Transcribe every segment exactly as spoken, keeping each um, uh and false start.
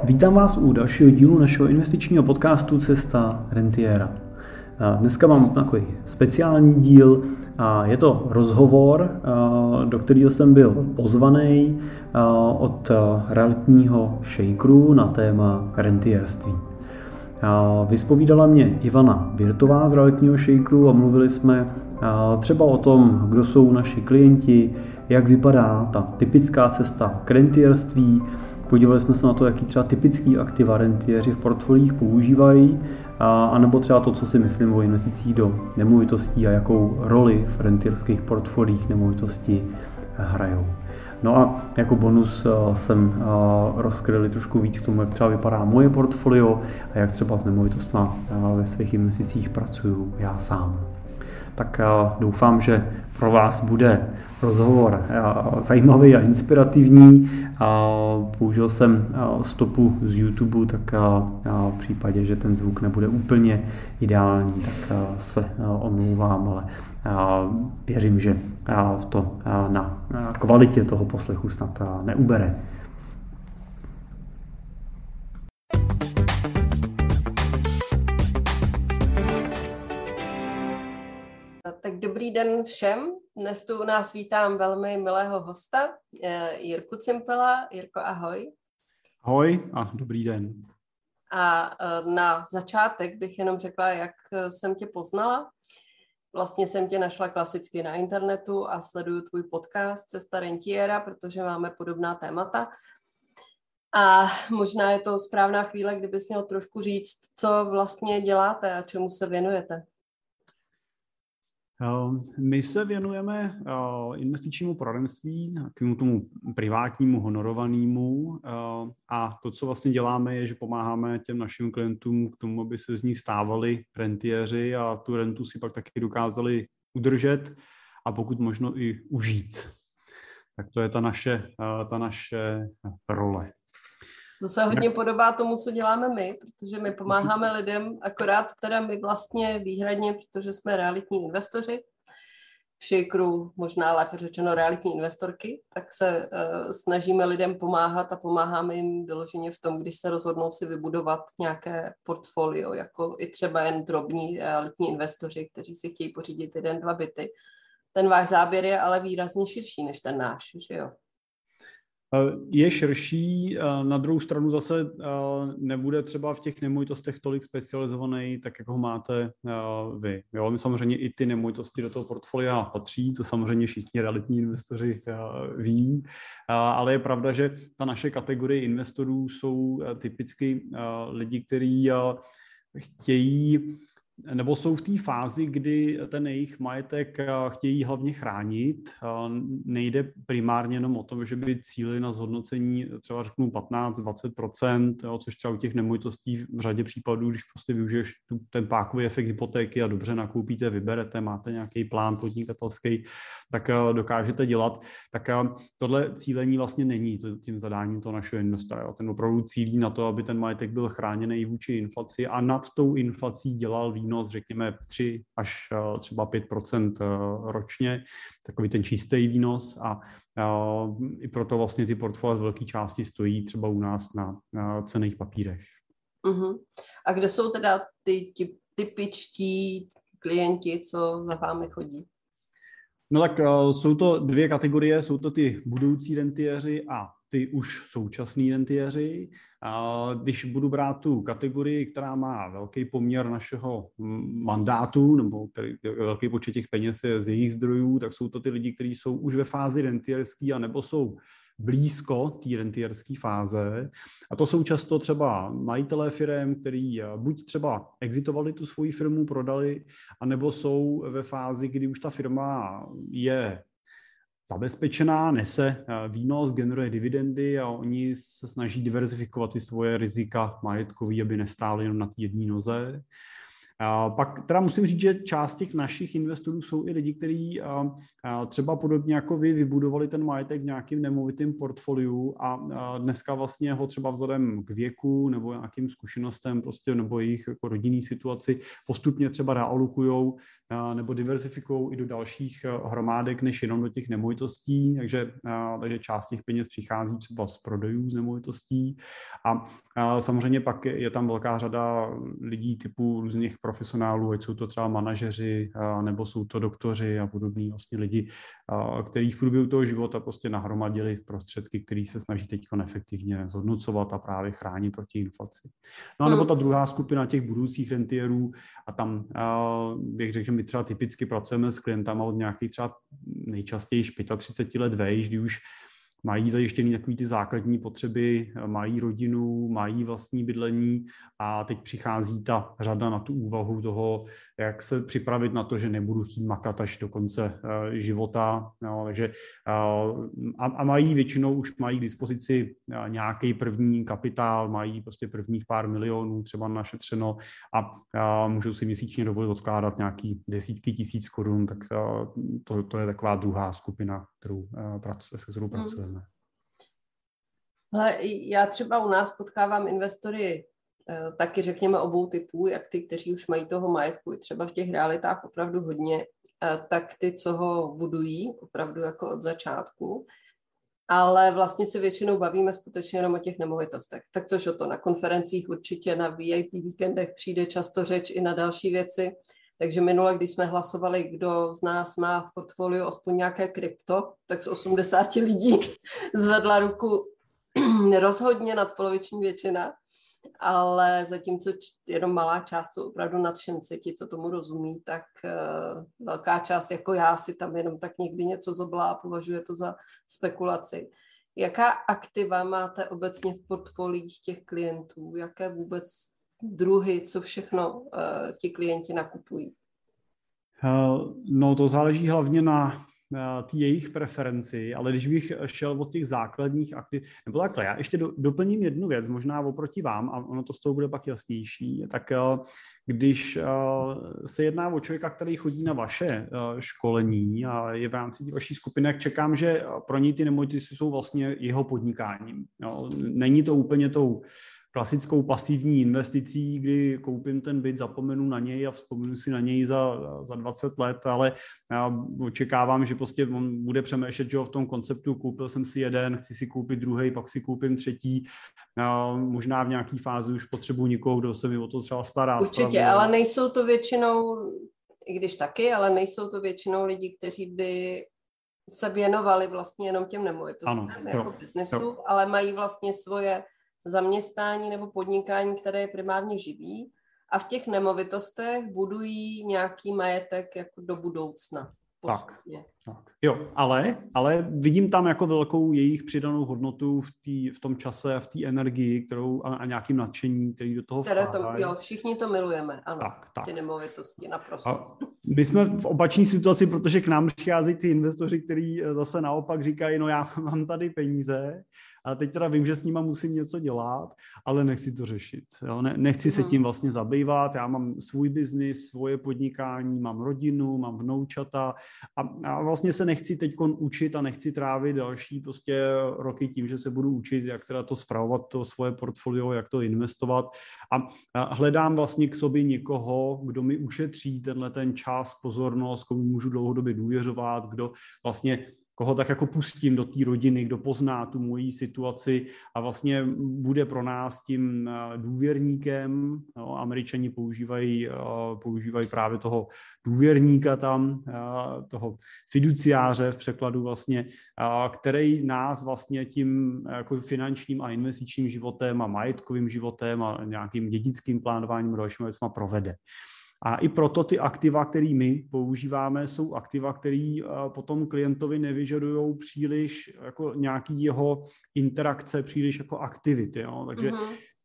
Vítám vás u dalšího dílu našeho investičního podcastu Cesta rentiera. Dneska mám takový speciální díl a je to rozhovor, do kterého jsem byl pozvaný od realitního šejkru na téma rentierství. Vyspovídala mě Ivana Virtová z realitního šejkru a mluvili jsme třeba o tom, kdo jsou naši klienti, jak vypadá ta typická cesta k rentierství. Podívali jsme se na to, jaký třeba typický aktiva rentiéři v portfoliích používají, a, a nebo třeba to, co si myslím o investicích do nemovitostí a jakou roli v rentierských portfoliích nemovitosti hrajou. No a jako bonus jsem rozkryl trošku víc k tomu, jak třeba vypadá moje portfolio a jak třeba s nemovitostma ve svých investicích pracuju já sám. Tak doufám, že pro vás bude rozhovor zajímavý a inspirativní. Použil jsem stopu z YouTube, tak v případě, že ten zvuk nebude úplně ideální, tak se omlouvám, ale věřím, že to na kvalitě toho poslechu snad neubere. Tak dobrý den všem. Dnes tu u nás vítám velmi milého hosta, Jirku Cimpela. Jirko, ahoj. Ahoj a dobrý den. A na začátek bych jenom řekla, jak jsem tě poznala. Vlastně jsem tě našla klasicky na internetu a sleduju tvůj podcast Cesta rentiera, protože máme podobná témata. A možná je to správná chvíle, kdybys měl trošku říct, co vlastně děláte a čemu se věnujete. My se věnujeme investičnímu poradenství, takovému tomu privátnímu, honorovanému, a to, co vlastně děláme, je, že pomáháme těm našim klientům k tomu, aby se z nich stávali rentiéři a tu rentu si pak taky dokázali udržet a pokud možno i užít. Tak to je ta naše, ta naše role. To se hodně podobá tomu, co děláme my, protože my pomáháme lidem, akorát teda my vlastně výhradně, protože jsme realitní investoři, v šejkru možná lépe řečeno realitní investorky, tak se uh, snažíme lidem pomáhat a pomáháme jim vyloženě v tom, když se rozhodnou si vybudovat nějaké portfolio, jako i třeba jen drobní realitní investoři, kteří si chtějí pořídit jeden, dva byty. Ten váš záběr je ale výrazně širší než ten náš, že jo? Je širší, na druhou stranu zase nebude třeba v těch nemovitostech tolik specializovaný, tak jak ho máte vy. Jo, my samozřejmě i ty nemovitosti do toho portfolia patří, to samozřejmě všichni realitní investoři ví, ale je pravda, že ta naše kategorie investorů jsou typicky lidi, kteří chtějí nebo jsou v té fázi, kdy ten jejich majetek chtějí hlavně chránit. Nejde primárně jenom o tom, že by cílili na zhodnocení třeba řeknu patnáct až dvacet procent, což třeba u těch nemovitostí v řadě případů, když prostě využiješ ten pákový efekt hypotéky a dobře nakoupíte, vyberete, máte nějaký plán podnikatelský, tak dokážete dělat. Tak tohle cílení vlastně není tím zadáním toho našeho investora. Ten opravdu cílí na to, aby ten majetek byl chráněný vůči inflaci a nad tou inflací dělal výnos, řekněme tři až třeba pět procent ročně, takový ten čistý výnos a i proto vlastně ty portfolia z velké části stojí třeba u nás na, na cenných papírech. Uh-huh. A kde jsou teda ty, ty typičtí klienti, co za vámi chodí? No tak uh, jsou to dvě kategorie, jsou to ty budoucí rentiéři a ty už současní rentiéři. Uh, když budu brát tu kategorii, která má velký poměr našeho mandátu, nebo který, velký počet těch peněz je z jejich zdrojů, tak jsou to ty lidi, kteří jsou už ve fázi rentiérský, anebo jsou blízko té rentiérské fáze. A to jsou často třeba majitelé firem, kteří buď třeba exitovali tu svoji firmu, prodali, anebo jsou ve fázi, kdy už ta firma je zabezpečená, nese výnos, generuje dividendy a oni se snaží diverzifikovat ty svoje rizika majetkový, aby nestály jenom na té jedné noze. A pak teda musím říct, že část těch našich investorů jsou i lidi, kteří třeba podobně jako vy vybudovali ten majetek v nějakým nemovitým portfoliu a dneska vlastně ho třeba vzhledem k věku nebo nějakým zkušenostem prostě nebo jejich jako rodinný situaci postupně třeba realokujou nebo diversifikujou i do dalších hromádek než jenom do těch nemovitostí, takže, takže část těch peněz přichází třeba z prodejů z nemovitostí a, a samozřejmě pak je, je tam velká řada lidí typu různých profesionálů, ať jsou to třeba manažeři nebo jsou to doktoři a podobní vlastně lidi, kteří v průběhu toho života prostě nahromadili prostředky, které se snaží teď efektivně zhodnocovat a právě chránit proti inflaci. No a nebo ta druhá skupina těch budoucích rentierů a tam bych řekl, že my třeba typicky pracujeme s klientama od nějakých třeba nejčastěji třicet pět let vejš, kdy už mají zajištěný takový ty základní potřeby, mají rodinu, mají vlastní bydlení a teď přichází ta řada na tu úvahu toho, jak se připravit na to, že nebudu chtít makat až do konce uh, života. No, takže, uh, a, a mají většinou už mají k dispozici uh, nějaký první kapitál, mají prostě prvních pár milionů třeba našetřeno a uh, můžou si měsíčně dovolit odkládat nějaký desítky tisíc korun, tak uh, to, to je taková druhá skupina, kterou, uh, pracu, se kterou pracujeme. Ale já třeba u nás potkávám investory taky řekněme obou typů, jak ty, kteří už mají toho majetku, i třeba v těch realitách opravdu hodně, tak ty, co ho budují opravdu jako od začátku, ale vlastně se většinou bavíme skutečně jenom o těch nemovitostech. Tak což o to, na konferencích určitě na V I P víkendech přijde často řeč i na další věci, takže minule, když jsme hlasovali, kdo z nás má v portfoliu aspoň nějaké krypto, tak z osmdesáti lidí zvedla ruku rozhodně nadpoloviční většina, ale zatímco jenom malá část jsou opravdu nadšenci, ti, co tomu rozumí, tak uh, velká část, jako já, si tam jenom tak někdy něco zoblá a považuje to za spekulaci. Jaká aktiva máte obecně v portfoliích těch klientů? Jaké vůbec druhy, co všechno uh, ti klienti nakupují? Uh, no to záleží hlavně na ty jejich preferenci, ale když bych šel od těch základních aktiv, nebo takhle, já ještě do, doplním jednu věc, možná oproti vám, a ono to z toho bude pak jasnější, tak když se jedná o člověka, který chodí na vaše školení a je v rámci vaší skupiny, tak čekám, že pro něj ty nemovitosti jsou vlastně jeho podnikáním. Jo. Není to úplně tou klasickou pasivní investicí, kdy koupím ten byt, zapomenu na něj a vzpomenu si na něj za, za dvacet let, ale já očekávám, že prostě on bude přemýšlet, že v tom konceptu koupil jsem si jeden, chci si koupit druhý, pak si koupím třetí. A možná v nějaký fázi už potřebuji někoho, kdo se mi o to třeba stará. Určitě, spravuje. Ale nejsou to většinou, i když taky, ale nejsou to většinou lidi, kteří by se věnovali vlastně jenom těm nemovitostem jako biznesu, ale mají vlastně svoje zaměstnání nebo podnikání, které je primárně živí a v těch nemovitostech budují nějaký majetek jako do budoucna. Tak, tak. Jo, ale, ale vidím tam jako velkou jejich přidanou hodnotu v, tý, v tom čase a v té energii, kterou a, a nějakým nadšení, který do toho vkládají. Jo, všichni to milujeme, ano, tak, tak. Ty nemovitosti, naprosto. A my jsme v opačné situaci, protože k nám přicházejí ty investoři, kteří zase naopak říkají, no já mám tady peníze, a teď teda vím, že s nima musím něco dělat, ale nechci to řešit. Jo? Ne, nechci se tím vlastně zabývat. Já mám svůj biznis, svoje podnikání, mám rodinu, mám vnoučata a, a vlastně se nechci teď učit a nechci trávit další prostě roky tím, že se budu učit, jak teda to spravovat, to svoje portfolio, jak to investovat. A, a hledám vlastně k sobě někoho, kdo mi ušetří tenhle ten čas, pozornost, komu můžu dlouhodobě důvěřovat, kdo vlastně koho tak jako pustím do té rodiny, kdo pozná tu moji situaci a vlastně bude pro nás tím důvěrníkem. No, Američani používají, používají právě toho důvěrníka tam, toho fiduciáře v překladu vlastně, který nás vlastně tím jako finančním a investičním životem a majetkovým životem a nějakým dědickým plánováním dalšíma věcma provede. A i proto ty aktiva, které my používáme, jsou aktiva, které potom klientovi nevyžadují příliš jako nějaký jeho interakce, příliš jako aktivity. Jo? Takže uh-huh.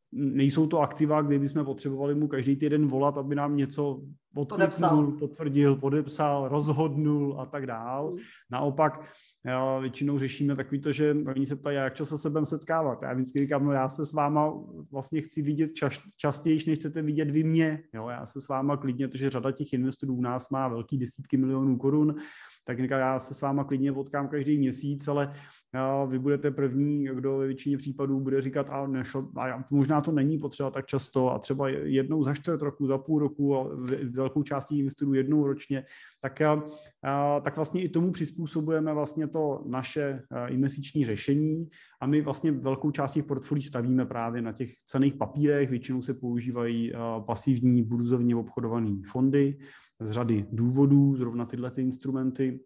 nejsou to aktiva, kde bychom potřebovali mu každý týden volat, aby nám něco odkliknul, potvrdil, podepsal, rozhodnul a tak dál. Mm. Naopak já většinou řešíme takový to, že oni se ptají, jak často se budeme setkávat. Já vždycky říkám, no já se s váma vlastně chci vidět čas, častěji, než chcete vidět vy mě. Jo, já se s váma klidně, protože řada těch investorů u nás má velký desítky milionů korun, tak já se s váma klidně potkám každý měsíc, ale vy budete první, kdo ve většině případů bude říkat, a, nešlo, a možná to není potřeba tak často a třeba jednou za čtvrt roku, za půl roku a s velkou částí investorů jednou ročně, tak, a, tak vlastně i tomu přizpůsobujeme vlastně to naše investiční řešení a my vlastně velkou část těch portfolií stavíme právě na těch cenných papírech, většinou se používají pasivní burzovně obchodované fondy z řady důvodů, zrovna tyhle ty instrumenty.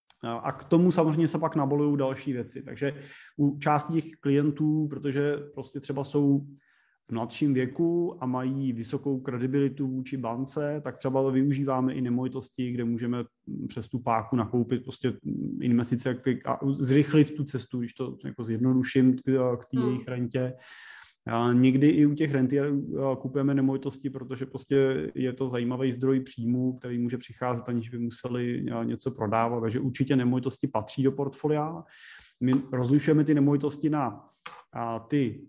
A k tomu samozřejmě se pak nabalují další věci. Takže u části těch klientů, protože prostě třeba jsou v mladším věku a mají vysokou kredibilitu vůči bance, tak třeba využíváme i nemovitosti, kde můžeme přes tu páku nakoupit prostě investice a zrychlit tu cestu, když to jako zjednoduším k té jejich rentě. A někdy i u těch rentierů kupujeme nemovitosti, protože prostě je to zajímavý zdroj příjmů, který může přicházet, aniž by museli něco prodávat. Takže určitě nemovitosti patří do portfolia. My rozlišujeme ty nemovitosti na ty,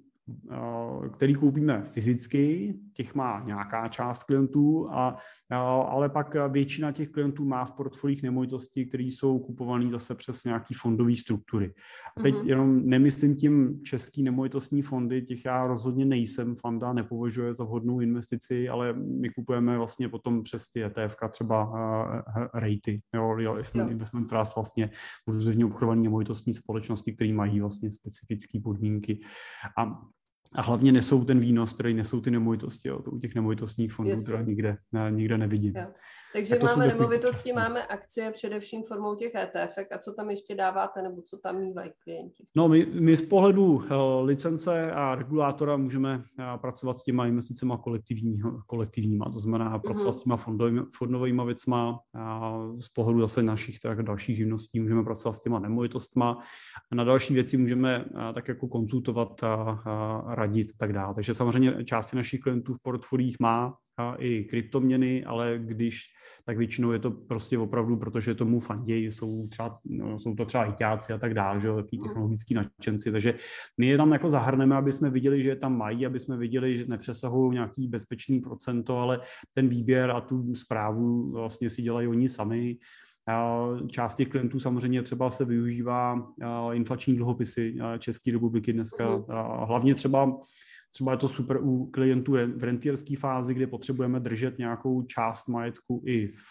který koupíme fyzicky, těch má nějaká část klientů, a, ale pak většina těch klientů má v portfoliích nemovitostí, které jsou kupované zase přes nějaký fondové struktury. A teď mm-hmm. jenom nemyslím tím český nemovitostní fondy, těch já rozhodně nejsem fanda, nepovažuji za vhodnou investici, ale my kupujeme vlastně potom přes ty E T F ka třeba uh, rejty, jo, Real Investment Trust, vlastně burzovně obchodované nemovitostní společnosti, které mají vlastně specifické podmínky. A A hlavně nesou ten výnos, který nesou ty nemovitosti. Jo. To u těch nemovitostních fondů yes. teda nikde, ne, nikde nevidím. Jo. Takže tak máme nemovitosti, takový... máme akcie především formou těch E T F ek. A co tam ještě dáváte, nebo co tam mívají klienti? No, my, my z pohledu uh, licence a regulátora můžeme uh, pracovat s těma investicema kolektivníma. To znamená pracovat mm-hmm. s těma fondovými, fondovými věcma. Uh, z pohledu zase našich tak, dalších živností můžeme pracovat s těma nemovitostma. A na další věci můžeme uh, tak jako konzultovat a uh, radit a tak dále. Takže samozřejmě části našich klientů v portfoliích má a i kryptoměny, ale když, tak většinou je to prostě opravdu, protože tomu fandějí, jsou, třeba, no, jsou to třeba iťáci a tak dále, že jo, takový technologický nadšenci, takže my je tam jako zahrneme, aby jsme viděli, že je tam mají, aby jsme viděli, že nepřesahují nějaký bezpečný procento, ale ten výběr a tu správu vlastně si dělají oni sami. Část těch klientů samozřejmě třeba se využívá inflační dluhopisy České republiky dneska, hlavně třeba Třeba je to super u klientů v rentierské fázi, kde potřebujeme držet nějakou část majetku i v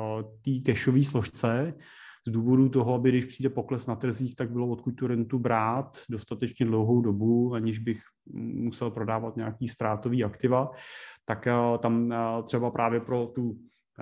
té cashové složce. Z důvodu toho, aby když přijde pokles na trzích, tak bylo odkud tu rentu brát dostatečně dlouhou dobu, aniž bych musel prodávat nějaký ztrátový aktiva. Tak tam třeba právě pro tu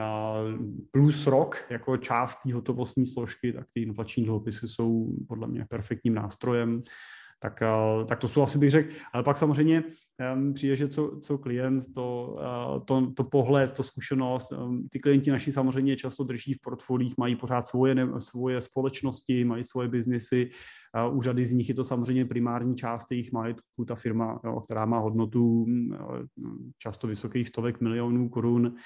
plus rok jako část té hotovostní složky, tak ty inflační dluhopisy jsou podle mě perfektním nástrojem. Tak, tak to jsou asi bych řekl, ale pak samozřejmě um, přijde, že co, co klient, to, uh, to, to pohled, to zkušenost, um, ty klienti naši samozřejmě často drží v portfoliích, mají pořád svoje, ne, svoje společnosti, mají svoje biznesy, uh, u řady z nich je to samozřejmě primární část jejich majetku, ta firma, jo, která má hodnotu uh, často vysokých stovek milionů korun uh,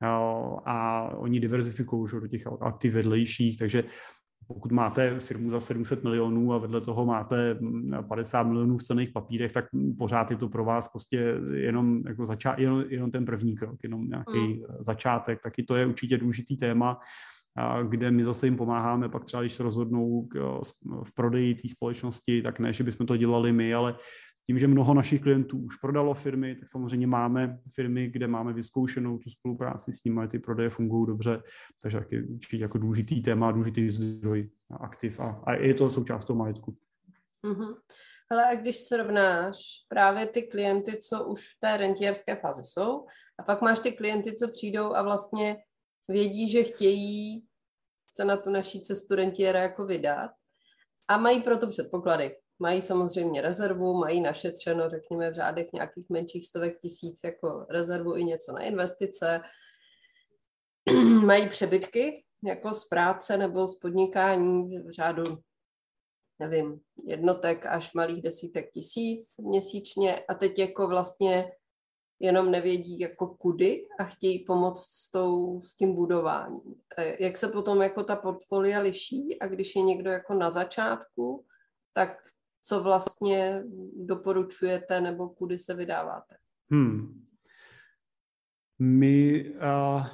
a oni diverzifikují do těch aktiv vedlejších, takže pokud máte firmu za sedm set milionů a vedle toho máte padesát milionů v cenných papírech, tak pořád je to pro vás prostě jenom, jako začá, jenom, jenom ten první krok, jenom nějaký mm. začátek. Taky to je určitě důležitý téma, kde my zase jim pomáháme, pak třeba když se rozhodnou v prodeji té společnosti, tak ne, že bychom to dělali my, ale tím, že mnoho našich klientů už prodalo firmy, tak samozřejmě máme firmy, kde máme vyzkoušenou tu spolupráci s nimi, ty prodeje fungují dobře, takže taky určitě jako důležitý téma, důležitý zdroj aktiv a, a je to součást toho majetku. Mm-hmm. Hele, a když srovnáš právě ty klienty, co už v té rentierské fázi jsou, a pak máš ty klienty, co přijdou a vlastně vědí, že chtějí se na tu naší cestu rentiera jako vydat a mají pro to předpoklady. Mají samozřejmě rezervu, mají našetřeno, řekněme, v řádech nějakých menších stovek tisíc jako rezervu i něco na investice. Mají přebytky jako z práce nebo z podnikání v řádu, nevím, jednotek až malých desítek tisíc měsíčně a teď jako vlastně jenom nevědí jako kudy a chtějí pomoct s, tou, s tím budováním. Jak se potom jako ta portfolia liší a když je někdo jako na začátku, tak co vlastně doporučujete nebo kudy se vydáváte? Hmm. My... Uh...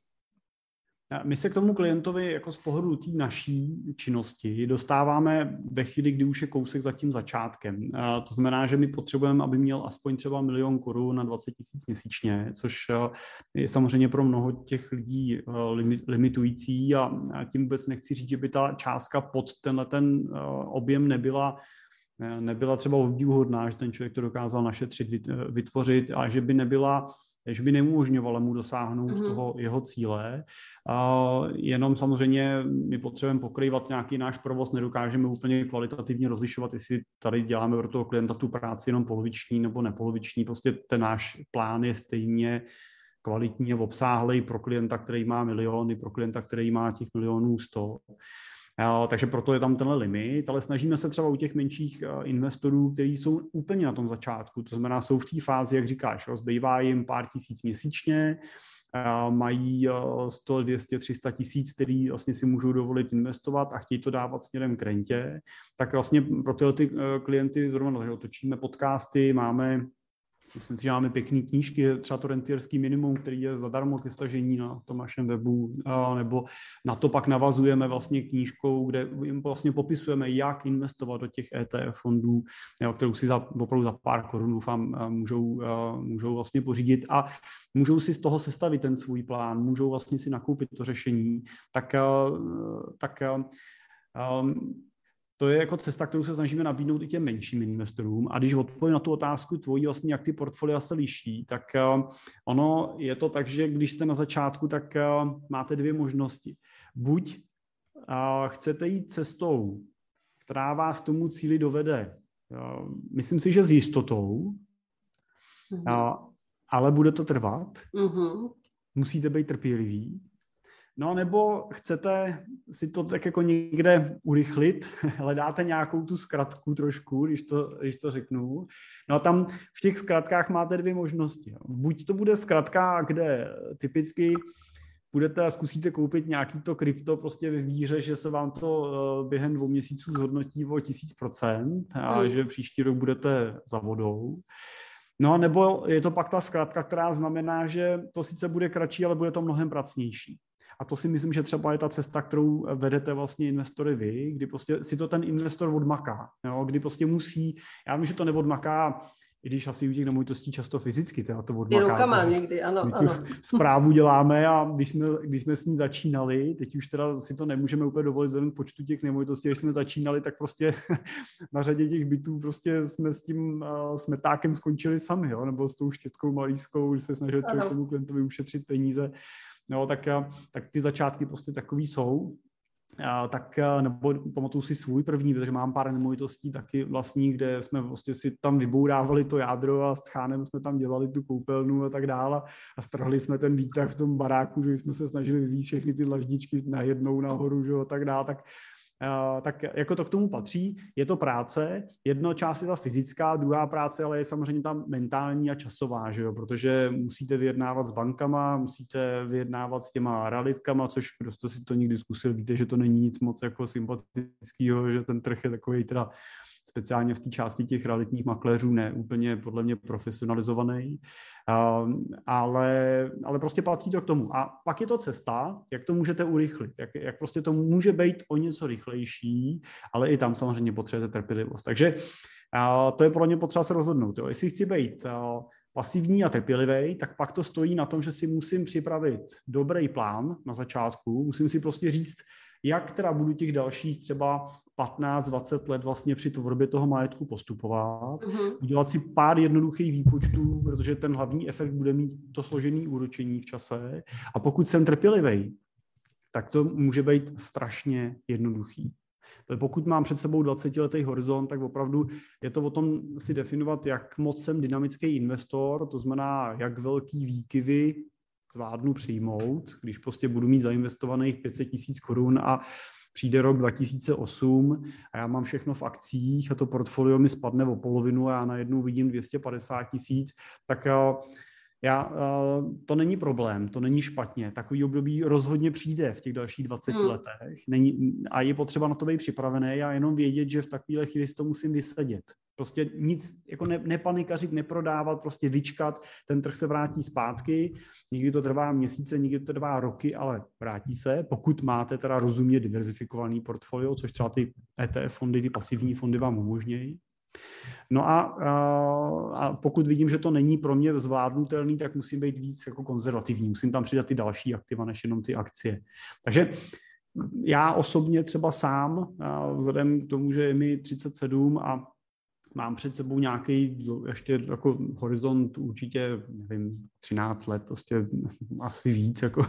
My se k tomu klientovi jako z pohledu té naší činnosti dostáváme ve chvíli, kdy už je kousek za tím začátkem. To znamená, že my potřebujeme, aby měl aspoň třeba milion korun na dvacet tisíc měsíčně, což je samozřejmě pro mnoho těch lidí limitující a tím vůbec nechci říct, že by ta částka pod tenhle ten objem nebyla nebyla třeba obdivuhodná, že ten člověk to dokázal našetřit, vytvořit a že by nebyla že by neumožňovala mu dosáhnout mm-hmm. toho jeho cíle. A jenom samozřejmě my potřebujeme pokrývat nějaký náš provoz, nedokážeme úplně kvalitativně rozlišovat, jestli tady děláme pro toho klienta tu práci jenom poloviční nebo nepoloviční. Prostě ten náš plán je stejně kvalitní a obsáhlej pro klienta, který má miliony, pro klienta, který má těch milionů sto. Takže proto je tam tenhle limit, ale snažíme se třeba u těch menších investorů, kteří jsou úplně na tom začátku, to znamená, jsou v té fázi, jak říkáš, zbývá jim pár tisíc měsíčně, mají sto, dvě stě, tři sta tisíc, který vlastně si můžou dovolit investovat a chtějí to dávat směrem k rentě, tak vlastně pro tyhle ty klienty zrovna, že točíme podcasty, máme Myslím si, že máme pěkné knížky, třeba to rentierský minimum, který je zadarmo ke stažení na tom našem webu, nebo na to pak navazujeme vlastně knížkou, kde jim vlastně popisujeme, jak investovat do těch E T F fondů, kterou si za, opravdu za pár korun doufám můžou, můžou vlastně pořídit a můžou si z toho sestavit ten svůj plán, můžou vlastně si nakoupit to řešení, tak, tak um, to je jako cesta, kterou se snažíme nabídnout i těm menším investorům. A když odpovím na tu otázku tvojí, vlastně, jak ty portfolia se liší, tak uh, ono je to tak, že když jste na začátku, tak uh, máte dvě možnosti. Buď uh, chcete jít cestou, která vás k tomu cíli dovede, uh, myslím si, že s jistotou, mm-hmm. uh, ale bude to trvat. Mm-hmm. Musíte být trpěliví. No nebo chcete si to tak jako někde urychlit, hledáte nějakou tu zkratku trošku, když to, když to řeknu. No a tam v těch zkratkách máte dvě možnosti. Buď to bude zkratka, kde typicky budete a zkusíte koupit nějaký to krypto prostě ve víře, že se vám to během dvou měsíců zhodnotí o tisíc procent a že příští rok budete za vodou. No nebo je to pak ta zkratka, která znamená, že to sice bude kratší, ale bude to mnohem pracnější. A to si myslím, že třeba je ta cesta, kterou vedete vlastně investory vy, kdy prostě si to ten investor odmaká, jo? Kdy prostě musí, já vím, že to neodmaká, i když asi u těch nemovitostí často fyzicky, teda to odmaká. I rukama někdy, ano, my ano. Zprávu děláme a když jsme, když jsme s ní začínali, teď už teda si to nemůžeme úplně dovolit vzhledem k počtu těch nemovitostí, když jsme začínali, tak prostě na řadě těch bytů prostě jsme s tím uh, smetákem skončili sami, jo? Nebo s tou štětkou malířskou, že se snažil člověk tomu klientovi ušetřit peníze. No, tak, tak ty začátky prostě takový jsou. A, tak, nebo pamatuju si svůj první, protože mám pár nemovitostí taky vlastní, kde jsme vlastně si tam vybourávali to jádro a s tchánem jsme tam dělali tu koupelnu a tak dále a strhli jsme ten výtah v tom baráku, že jsme se snažili vyvíjet všechny ty dlaždičky najednou nahoru, že a tak dále, tak Uh, tak jako to k tomu patří, je to práce, jedna část je ta fyzická, druhá práce, ale je samozřejmě ta mentální a časová, že jo? Protože musíte vyjednávat s bankama, musíte vyjednávat s těma realitkama, což kdo jste si to někdy zkusil, víte, že to není nic moc jako sympatického, že ten trh je takový teda speciálně v té části těch realitních makléřů ne úplně podle mě profesionalizovaný, uh, ale, ale prostě patří to k tomu. A pak je to cesta, jak to můžete urychlit, jak, jak prostě to může být o něco rychlejší, ale i tam samozřejmě potřebujete trpělivost. Takže uh, to je pro mě potřeba se rozhodnout. Jo. Jestli chci být uh, pasivní a trpělivý, tak pak to stojí na tom, že si musím připravit dobrý plán na začátku, musím si prostě říct, jak teda budu těch dalších třeba patnáct dvacet let vlastně při tvorbě toho majetku postupovat, uh-huh. udělat si pár jednoduchých výpočtů, protože ten hlavní efekt bude mít to složené úročení v čase. A pokud jsem trpělivý, tak to může být strašně jednoduchý. Pokud mám před sebou dvacetiletý horizont, tak opravdu je to o tom si definovat, jak moc jsem dynamický investor, to znamená, jak velký výkyvy zvládnu přijmout, když prostě budu mít zainvestovaných pět set tisíc korun a přijde rok dva tisíce osm a já mám všechno v akcích a to portfolio mi spadne o polovinu a já najednou vidím dvě stě padesát tisíc, tak já, to není problém, to není špatně. Takový období rozhodně přijde v těch dalších dvaceti hmm. letech není, a je potřeba na to být připravený a jenom vědět, že v takovéhle chvíli si to musím vysedět. Prostě nic, jako ne, nepanikařit, neprodávat, prostě vyčkat, ten trh se vrátí zpátky, někdy to trvá měsíce, někdy to trvá roky, ale vrátí se, pokud máte teda rozumně diverzifikovaný portfolio, což třeba ty E T F fondy, ty pasivní fondy vám umožnějí. No a, a pokud vidím, že to není pro mě zvládnutelný, tak musím být víc jako konzervativní, musím tam přidat ty další aktiva, než jenom ty akcie. Takže já osobně třeba sám, vzhledem k tomu, že je mi třicet sedm a mám před sebou nějaký ještě jako horizont určitě, nevím, třináct let, prostě asi víc, jako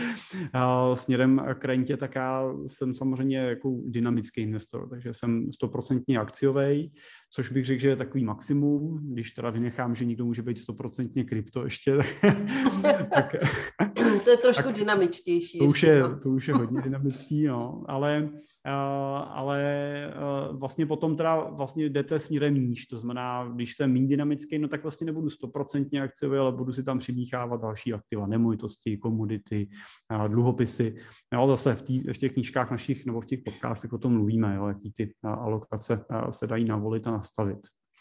směrem k rentě, tak já jsem samozřejmě jako dynamický investor, takže jsem stoprocentně akciový, což bych řekl, že je takový maximum, když teda vynechám, že někdo může být stoprocentně krypto ještě. tak, to je trošku tak, dynamičtější. To už, je, to už je hodně dynamický, no, ale, ale vlastně potom teda vlastně jdete směrem níž, to znamená, když jsem méně dynamický, no tak vlastně nebudu stoprocentně akciový, ale budu si tam přimíchávat další aktiva, nemovitosti, komodity, dluhopisy. Jo, zase v, tý, v těch knížkách našich nebo v těch podcastech o tom mluvíme, jo, jaký ty alokace se dají navolit a nastavit.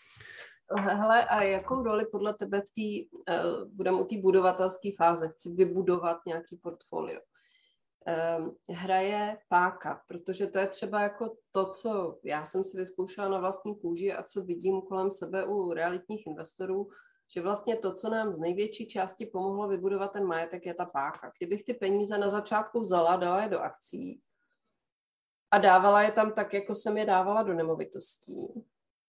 Hele, a jakou roli podle tebe v té, uh, budeme u té budovatelské fáze, chci vybudovat nějaký portfolio, uh, hraje páka, protože to je třeba jako to, co já jsem si vyzkoušela na vlastní kůži a co vidím kolem sebe u realitních investorů, že vlastně to, co nám z největší části pomohlo vybudovat ten majetek, je ta páka. Kdybych ty peníze na začátku vzala, dala je do akcí a dávala je tam tak, jako jsem je dávala do nemovitostí,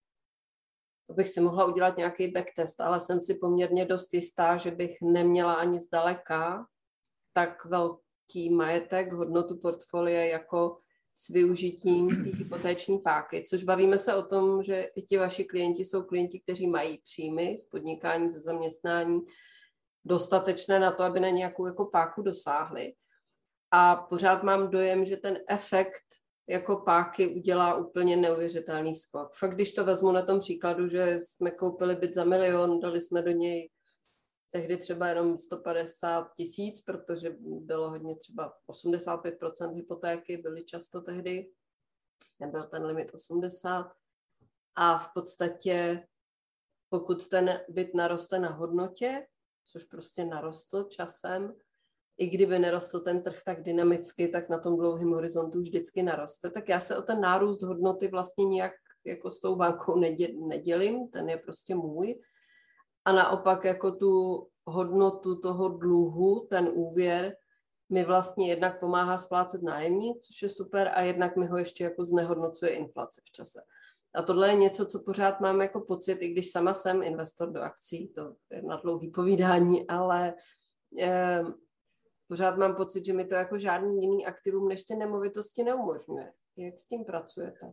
to bych si mohla udělat nějaký backtest, ale jsem si poměrně dost jistá, že bych neměla ani zdaleka tak velký majetek, hodnotu portfolia jako s využitím té hypotéční páky, což bavíme se o tom, že i ti vaši klienti jsou klienti, kteří mají příjmy z podnikání, ze zaměstnání dostatečné na to, aby na nějakou jako páku dosáhli. A pořád mám dojem, že ten efekt jako páky udělá úplně neuvěřitelný skok. Fakt, když to vezmu na tom příkladu, že jsme koupili byt za milion, dali jsme do něj tehdy třeba jenom sto padesát tisíc, protože bylo hodně třeba osmdesát pět procent hypotéky, byly často tehdy, nebyl ten limit osmdesát. A v podstatě, pokud ten byt naroste na hodnotě, což prostě narostl časem, i kdyby nerostl ten trh tak dynamicky, tak na tom dlouhém horizontu vždycky naroste. Tak já se o ten nárůst hodnoty vlastně nějak jako s tou bankou nedělím, ten je prostě můj. A naopak jako tu hodnotu toho dluhu, ten úvěr, mi vlastně jednak pomáhá splácet nájemník, což je super, a jednak mi ho ještě jako znehodnocuje inflace v čase. A tohle je něco, co pořád mám jako pocit, i když sama jsem investor do akcí, to je na dlouhý povídání, ale eh, pořád mám pocit, že mi to jako žádný jiný aktivum než ty nemovitosti neumožňuje. Jak s tím pracujete?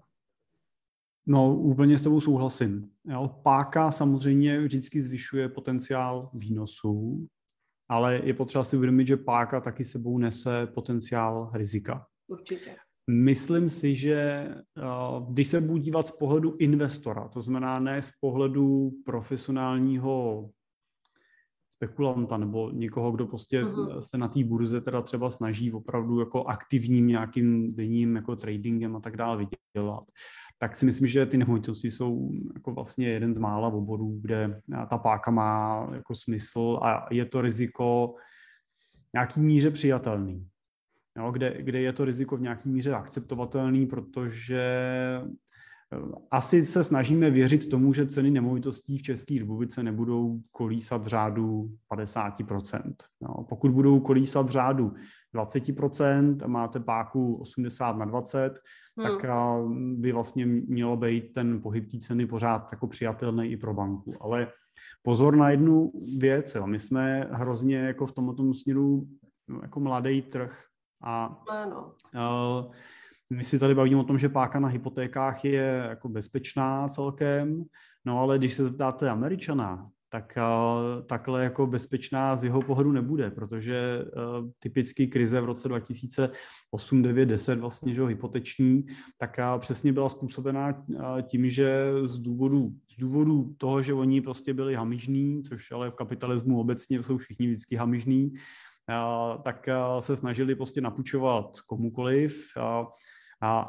No, úplně s tebou souhlasím. Jo, páka samozřejmě vždycky zvyšuje potenciál výnosů, ale je potřeba si uvědomit, že páka taky sebou nese potenciál rizika. Určitě. Myslím si, že když se budu dívat z pohledu investora, to znamená ne z pohledu profesionálního spekulanta nebo někoho, kdo prostě uh-huh. se na té burze teda třeba snaží opravdu jako aktivním nějakým denním jako tradingem a tak dále vydělat, tak si myslím, že ty nemovitosti jsou jako vlastně jeden z mála oborů, kde ta páka má jako smysl a je to riziko nějaký míře přijatelný. Jo, kde, kde je to riziko v nějaký míře akceptovatelný, protože asi se snažíme věřit tomu, že ceny nemovitostí v České republice nebudou kolísat v řádu padesát procent. No, pokud budou kolísat v řádu dvacet procent a máte páku osmdesát na dvacet, hmm. tak by vlastně mělo být ten pohyb té ceny pořád jako přijatelný i pro banku. Ale pozor na jednu věc, jo. My jsme hrozně jako v tomto směru jako mladý trh a ano. Uh, my si tady bavíme o tom, že páka na hypotékách je jako bezpečná celkem, no ale když se zeptáte Američana, tak takhle jako bezpečná z jeho pohledu nebude, protože typický krize v roce dva tisíce osm, devět, deset vlastně, že jo, hypoteční, tak přesně byla způsobená tím, že z důvodu, z důvodu toho, že oni prostě byli hamižní, což ale v kapitalismu obecně jsou všichni vždycky hamižní, tak se snažili prostě napůjčovat komukoliv, A,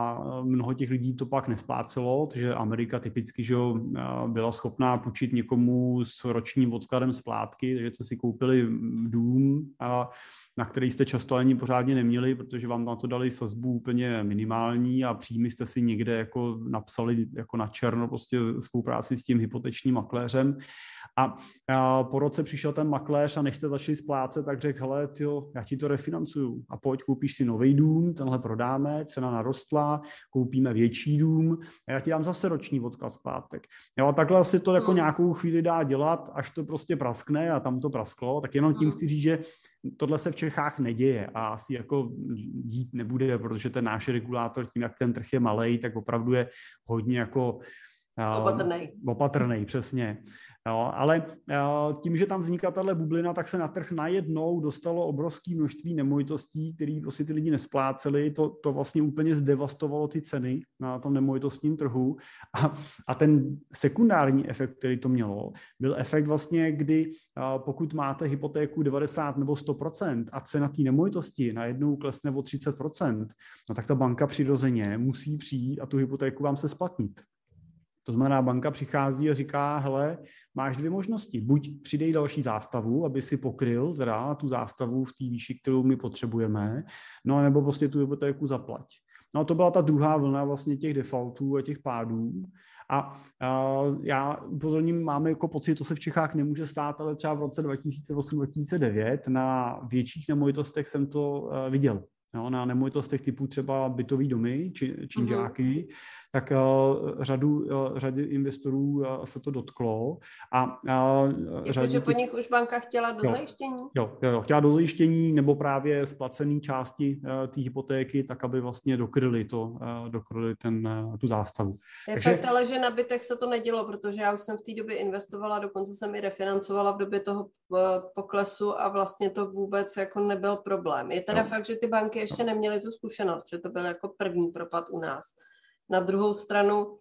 a mnoho těch lidí to pak nesplácelo, takže Amerika typicky, že byla schopná půjčit někomu s ročním odkladem splátky, takže jste si koupili dům, a, na který jste často ani pořádně neměli, protože vám na to dali sazbu úplně minimální a příjmy jste si někde jako napsali jako na černo prostě spolupráci s tím hypotečním makléřem. A, a po roce přišel ten makléř a než jste začali splácet, tak řekl, hele, tyjo, já ti to refinancuju a pojď, koupíš si nový dům, tenhle prodáme, cena narostla, koupíme větší dům a já ti dám zase roční odklad zpátek. Jo, a takhle si to jako nějakou chvíli dá dělat, až to prostě praskne a tam to prasklo, tak jenom tím chci říct, že tohle se v Čechách neděje a asi jako dít nebude, protože ten náš regulátor tím, jak ten trh je malej, tak opravdu je hodně jako Opatrnej. Opatrnej, přesně. Jo, ale tím, že tam vzniká tahle bublina, tak se na trh najednou dostalo obrovské množství nemovitostí, které prostě ty lidi nespláceli. To, to vlastně úplně zdevastovalo ty ceny na tom nemovitostním trhu. A, a ten sekundární efekt, který to mělo, byl efekt vlastně, kdy pokud máte hypotéku devadesát nebo sto procent a cena té nemovitosti najednou klesne o třicet procent, no tak ta banka přirozeně musí přijít a tu hypotéku vám se splatnit. To znamená, banka přichází a říká, hele, máš dvě možnosti. Buď přidej další zástavu, aby si pokryl teda tu zástavu v té výši, kterou my potřebujeme, no nebo prostě tu hypotéku zaplať. No a to byla ta druhá vlna vlastně těch defaultů a těch pádů. A, a já upozorním, máme jako pocit, to se v Čechách nemůže stát, ale třeba v roce dva tisíce osm dva tisíce devět na větších nemovitostech jsem to uh, viděl. Jo, na nemovitostech typu třeba bytový domy, či, činžáky, mm-hmm. tak uh, řadu, uh, řady investorů uh, se to dotklo. A, uh, jako, že po nich už banka chtěla do jo, zajištění? Jo, jo, jo, chtěla do zajištění nebo právě splacený části uh, té hypotéky, tak aby vlastně dokryli, to, uh, dokryli ten, uh, tu zástavu. Je Takže... fakt ale, že na bytech se to nedělo, protože já už jsem v té době investovala, dokonce jsem i refinancovala v době toho uh, poklesu a vlastně to vůbec jako nebyl problém. Je teda jo. fakt, že ty banky ještě neměli tu zkušenost, že to byl jako první propad u nás. Na druhou stranu,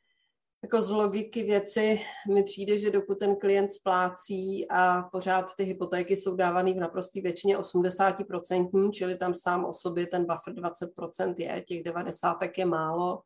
jako z logiky věci mi přijde, že dokud ten klient splácí a pořád ty hypotéky jsou dávaný v naprosté většině osmdesát procent, čili tam sám o sobě ten buffer dvacet procent je, těch devadesát je málo,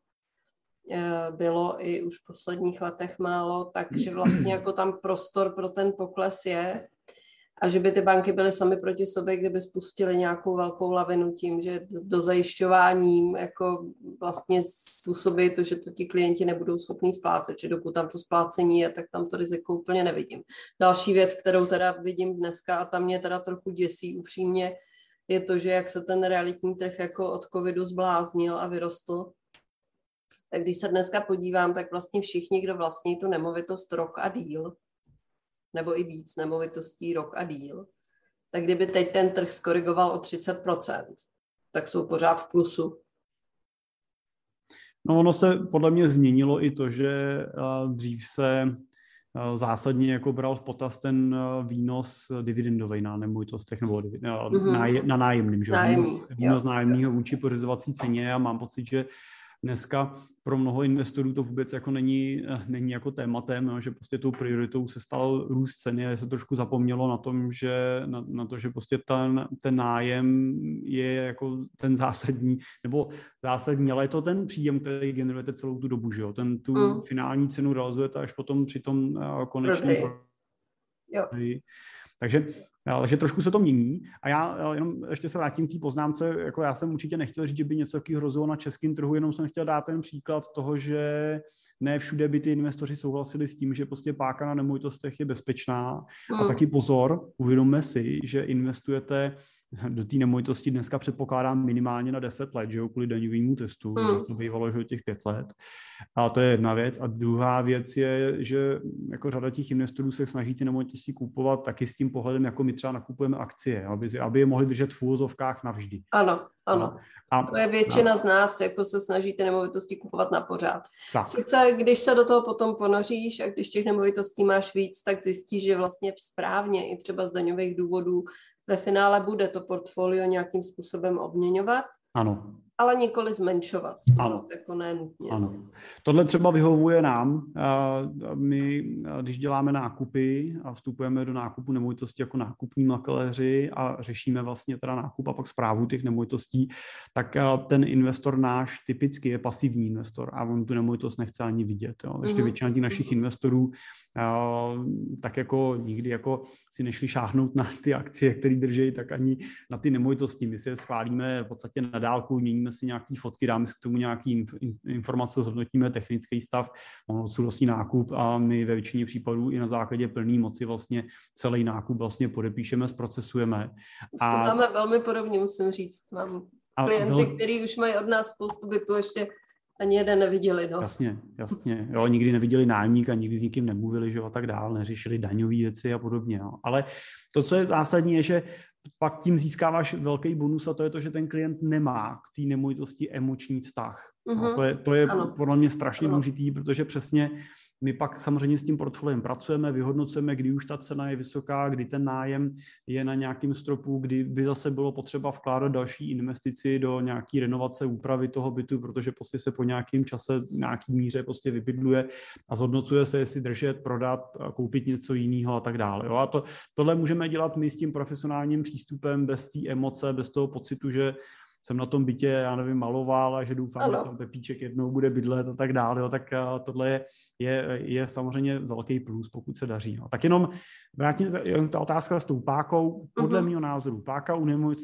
bylo i už v posledních letech málo, takže vlastně jako tam prostor pro ten pokles je. A že by ty banky byly sami proti sobě, kdyby spustily nějakou velkou lavinu tím, že do zajišťováním jako vlastně způsobí to, že to ti klienti nebudou schopní splácet, že dokud tam to splácení je, tak tam to riziko úplně nevidím. Další věc, kterou teda vidím dneska a tam mě teda trochu děsí upřímně, je to, že jak se ten realitní trh jako od covidu zbláznil a vyrostl, tak když se dneska podívám, tak vlastně všichni, kdo vlastní tu nemovitost rok a díl, nebo i víc nemovitostí rok a díl, tak kdyby teď ten trh skorigoval o třicet procent, tak jsou pořád v plusu. No ono se podle mě změnilo i to, že dřív se zásadně jako bral v potaz ten výnos dividendový na nemovitostech nebo mm-hmm. na nájemným, že? Nájemný, výnos, výnos nájemního vůči pořizovací ceně a mám pocit, že dneska pro mnoho investorů to vůbec jako není, není jako tématem, no, že prostě tou prioritou se stal růst ceny a se trošku zapomnělo na tom, že na, na to, že prostě ten, ten nájem je jako ten zásadní, nebo zásadní, ale je to ten příjem, který generujete celou tu dobu, že jo? Ten tu mm. finální cenu realizujete až potom při tom uh, konečném. Jo. Takže že trošku se to mění a já jenom ještě se vrátím k té poznámce, jako já jsem určitě nechtěl říct, že by něco takového hrozilo na českém trhu, jenom jsem chtěl dát ten příklad toho, že ne všude by ty investoři souhlasili s tím, že prostě páka na nemovitostech je bezpečná mm. a taky pozor, uvědomme si, že investujete do té nemovitosti dneska předpokládám minimálně na deset let, že jo, kvůli daňovému testu, mm. že to bývalo, že těch pět let. A to je jedna věc. A druhá věc je, že jako řada těch investorů se snaží ty nemovitosti kupovat taky s tím pohledem, jako my třeba nakupujeme akcie, aby, aby je mohli držet v úvozovkách navždy. Ano. Ano. A, to je většina a... z nás, jako se snaží ty nemovitosti kupovat na pořád. Tak. Sice, když se do toho potom ponoříš a když těch nemovitostí máš víc, tak zjistíš, že vlastně správně i třeba z daňových důvodů ve finále bude to portfolio nějakým způsobem obměňovat. Ano. Ale nikoli zmenšovat. To ano. zase jako nenutně. Ano. Tohle třeba vyhovuje nám. My, když děláme nákupy a vstupujeme do nákupu nemovitosti jako nákupní makléři a řešíme vlastně teda nákup a pak správu těch nemovitostí, tak ten investor náš typicky je pasivní investor a on tu nemovitost nechce ani vidět. Jo. Ještě mm-hmm. většina těch našich investorů tak jako nikdy jako si nešli šáhnout na ty akcie, které drží, tak ani na ty nemovitosti. My si je schválíme v podstatě na dálku, měníme si nějaký fotky, dáme si k tomu nějaký informace, zhodnotíme technický stav, odsouhlasí nákup a my ve většině případů i na základě plné moci vlastně celý nákup vlastně podepíšeme, zprocesujeme. Už to a... máme velmi podobně, musím říct. Mám a klienty, vel... kteří už mají od nás spoustu bytů, ještě ani jeden neviděli. No. Jasně, jasně. Jo, nikdy neviděli nájemníka, nikdy s nikým nemluvili, že a tak dál, neřešili daňové věci a podobně. Jo. Ale to, co je zásadní, je, že pak tím získáváš velký bonus a to je to, že ten klient nemá k té nemovitosti emoční vztah. Mm-hmm. To je, to je podle mě strašně důležitý, protože přesně my pak samozřejmě s tím portfoliem pracujeme, vyhodnocujeme, kdy už ta cena je vysoká, kdy ten nájem je na nějakém stropu, kdy by zase bylo potřeba vkládat další investici do nějaký renovace, úpravy toho bytu, protože prostě se po nějakém čase nějaký míře prostě vybydluje a zhodnocuje se, jestli držet, prodat, koupit něco jiného a tak dále. Jo? A to, tohle můžeme dělat my s tím profesionálním přístupem, bez té emoce, bez toho pocitu, že jsem na tom bytě, já nevím, maloval a že doufám, ano. že tam Pepíček jednou bude bydlet a tak dále, jo, tak tohle je, je, je samozřejmě velký plus, pokud se daří. Jo. Tak jenom vrátím ta otázka s tou pákou. Podle uh-huh. mého názoru páka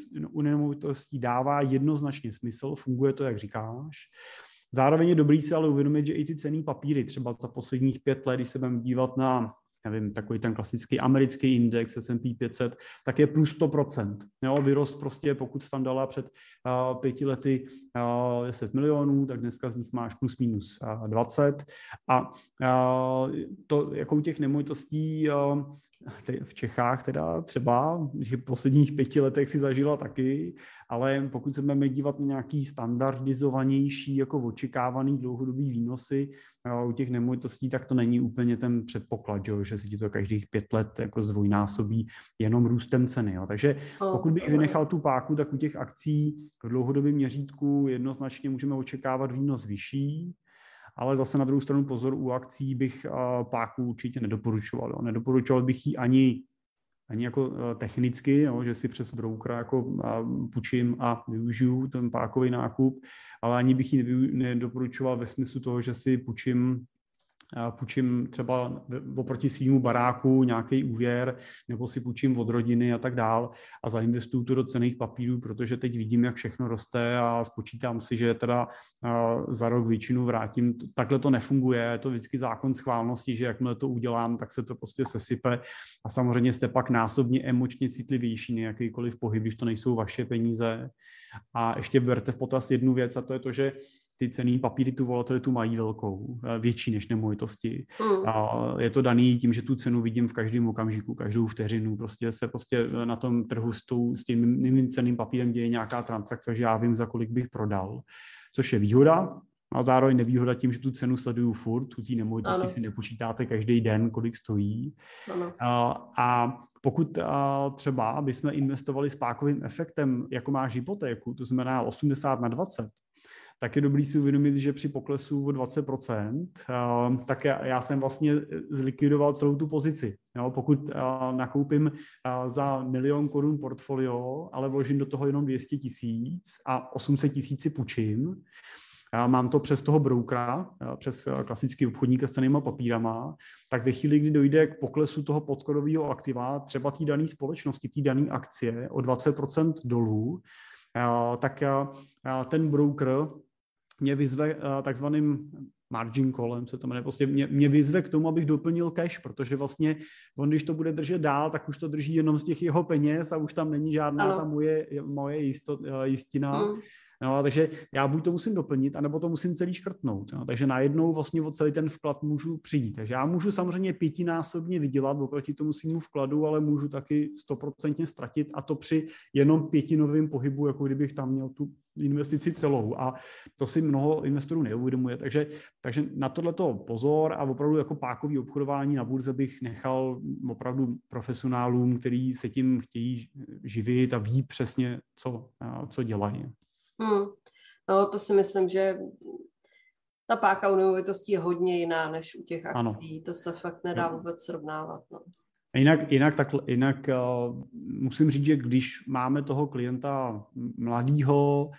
u nemovitostí dává jednoznačně smysl, funguje to, jak říkáš. Zároveň je dobrý si ale uvědomit, že i ty cenný papíry, třeba za posledních pět let, když se budeme dívat na nevím, takový ten klasický americký index S and P pět set, tak je plus sto procent. Jo, vyrost prostě, pokud jsi tam dala před uh, pěti lety uh, deset milionů, tak dneska z nich máš plus minus uh, dvacet. A uh, to jako u těch nemovitostí uh, v Čechách teda třeba v posledních pěti letech si zažila taky, ale pokud se budeme dívat na nějaký standardizovanější, jako očekávaný dlouhodobý výnosy u těch nemovitostí, tak to není úplně ten předpoklad, že, že si ti to každých pět let jako zdvojnásobí jenom růstem ceny. Jo. Takže pokud bych vynechal tu páku, tak u těch akcí v dlouhodobém měřítku jednoznačně můžeme očekávat výnos vyšší, ale zase na druhou stranu pozor, u akcí bych páku určitě nedoporučoval. Jo. Nedoporučoval bych ji ani, ani jako technicky, jo, že si přes broukera jako půjčím a využiju ten pákový nákup, ale ani bych ji nedoporučoval ve smyslu toho, že si půjčím půjčím třeba oproti svýmu baráku nějaký úvěr, nebo si půjčím od rodiny a tak dál a zainvestuju to do cenných papírů, protože teď vidím, jak všechno roste a spočítám si, že teda za rok většinu vrátím. Takhle to nefunguje, je to vždycky zákon schválnosti, že jakmile to udělám, tak se to prostě sesype a samozřejmě jste pak násobně emočně citlivější na jakýkoliv pohyb, když to nejsou vaše peníze. A ještě berte v potaz jednu věc a to je to, že ty cenný papíry tu volatilitu mají velkou, větší než nemovitosti. Mm. A je to daný tím, že tu cenu vidím v každém okamžiku, každou vteřinu. Prostě se prostě na tom trhu s, tou, s tím jiným cenným papírem děje nějaká transakce, že já vím, za kolik bych prodal. Což je výhoda, a zároveň nevýhoda tím, že tu cenu sleduju furt, tu té nemovitosti ano. si nepočítáte každý den, kolik stojí. Ano. A, a pokud a třeba bychom investovali s pákovým efektem, jako máš hypotéku, to znamená osmdesát na dvacet, tak je dobrý si uvědomit, že při poklesu o dvacet procent, tak já jsem vlastně zlikvidoval celou tu pozici. Jo, pokud nakoupím za milion korun portfolio, ale vložím do toho jenom dvě stě tisíc a osm set tisíc si půjčím, mám to přes toho broukera, přes klasický obchodníka s cennýma papírama, tak ve chvíli, kdy dojde k poklesu toho podkladového aktiva, třeba té dané společnosti, té dané akcie o dvacet procent dolů, tak ten broker mě vyzve takzvaným margin callem, se to jmenuje, prostě mě, mě vyzve k tomu, abych doplnil cash, protože vlastně on, když to bude držet dál, tak už to drží jenom z těch jeho peněz a už tam není žádná ta moje, moje jistot, jistina. Mm. No, takže já buď to musím doplnit, anebo to musím celý škrtnout. No, takže najednou vlastně o celý ten vklad můžu přijít. Takže já můžu samozřejmě pětinásobně vydělat oproti tomu svýmu vkladu, ale můžu taky stoprocentně ztratit a to při jenom pětinovém pohybu, jako kdybych tam měl tu investici celou. A to si mnoho investorů neuvědomuje. Takže, takže na tohleto pozor a opravdu jako pákový obchodování na burze bych nechal opravdu profesionálům, kteří se tím chtějí živit a ví přesně, co, co dělají. Hmm. No, to si myslím, že ta páka u nemovitostí je hodně jiná než u těch akcí. Ano. To se fakt nedá vůbec srovnávat. No. Jinak, jinak, tak, jinak uh, musím říct, že když máme toho klienta mladýho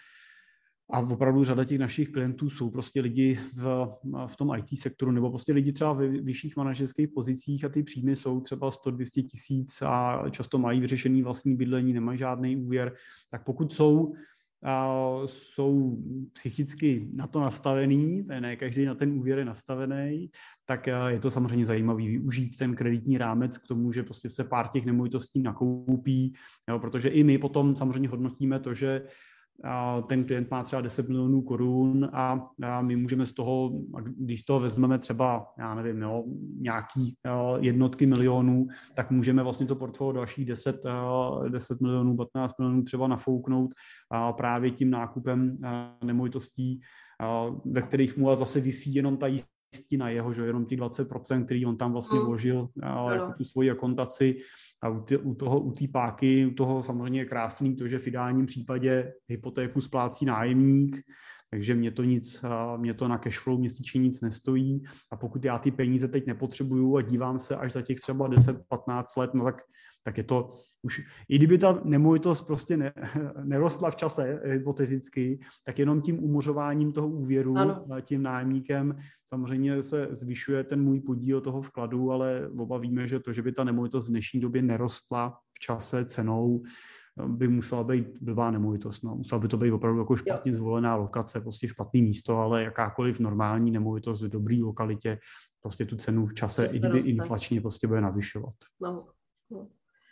a opravdu řada těch našich klientů jsou prostě lidi v, v tom í té sektoru nebo prostě lidi třeba ve vyšších manažerských pozicích a ty příjmy jsou třeba sto dvě stě tisíc a často mají vyřešený vlastní bydlení, nemají žádný úvěr, tak pokud jsou a jsou psychicky na to nastavený, ne každý na ten úvěr je nastavený, tak je to samozřejmě zajímavý využít ten kreditní rámec k tomu, že prostě se pár těch nemovitostí nakoupí, jo, protože i my potom samozřejmě hodnotíme to, že a ten klient má třeba deset milionů korun a, a my můžeme z toho, když toho vezmeme třeba, já nevím, jo, nějaký jednotky milionů, tak můžeme vlastně to portfolio dalších deset, deset milionů, patnáct milionů třeba nafouknout a právě tím nákupem nemovitostí, ve kterých mu zase visí jenom ta jistina jeho, že jenom těch dvacet procent, který on tam vlastně vložil mm. jako tu svoji akontaci. A u, t- u toho, u té páky, u toho samozřejmě je krásný to, že v ideálním případě hypotéku splácí nájemník, takže mě to nic, mě to na cashflow měsíčně nic nestojí a pokud já ty peníze teď nepotřebuju a dívám se až za těch třeba deset patnáct let, no tak, tak je to už, i kdyby ta nemovitost prostě ne, nerostla v čase hypoteticky, tak jenom tím umořováním toho úvěru, ano. tím nájemníkem samozřejmě se zvyšuje ten můj podíl toho vkladu, ale oba víme, že to, že by ta nemovitost v dnešní době nerostla v čase cenou, by musela být blbá nemovitost. No. Musela by to být opravdu jako špatně zvolená lokace, prostě špatný místo, ale jakákoliv normální nemovitost v dobré lokalitě prostě tu cenu v čase, i kdyby inflačně prostě bude navyšovat. No, no.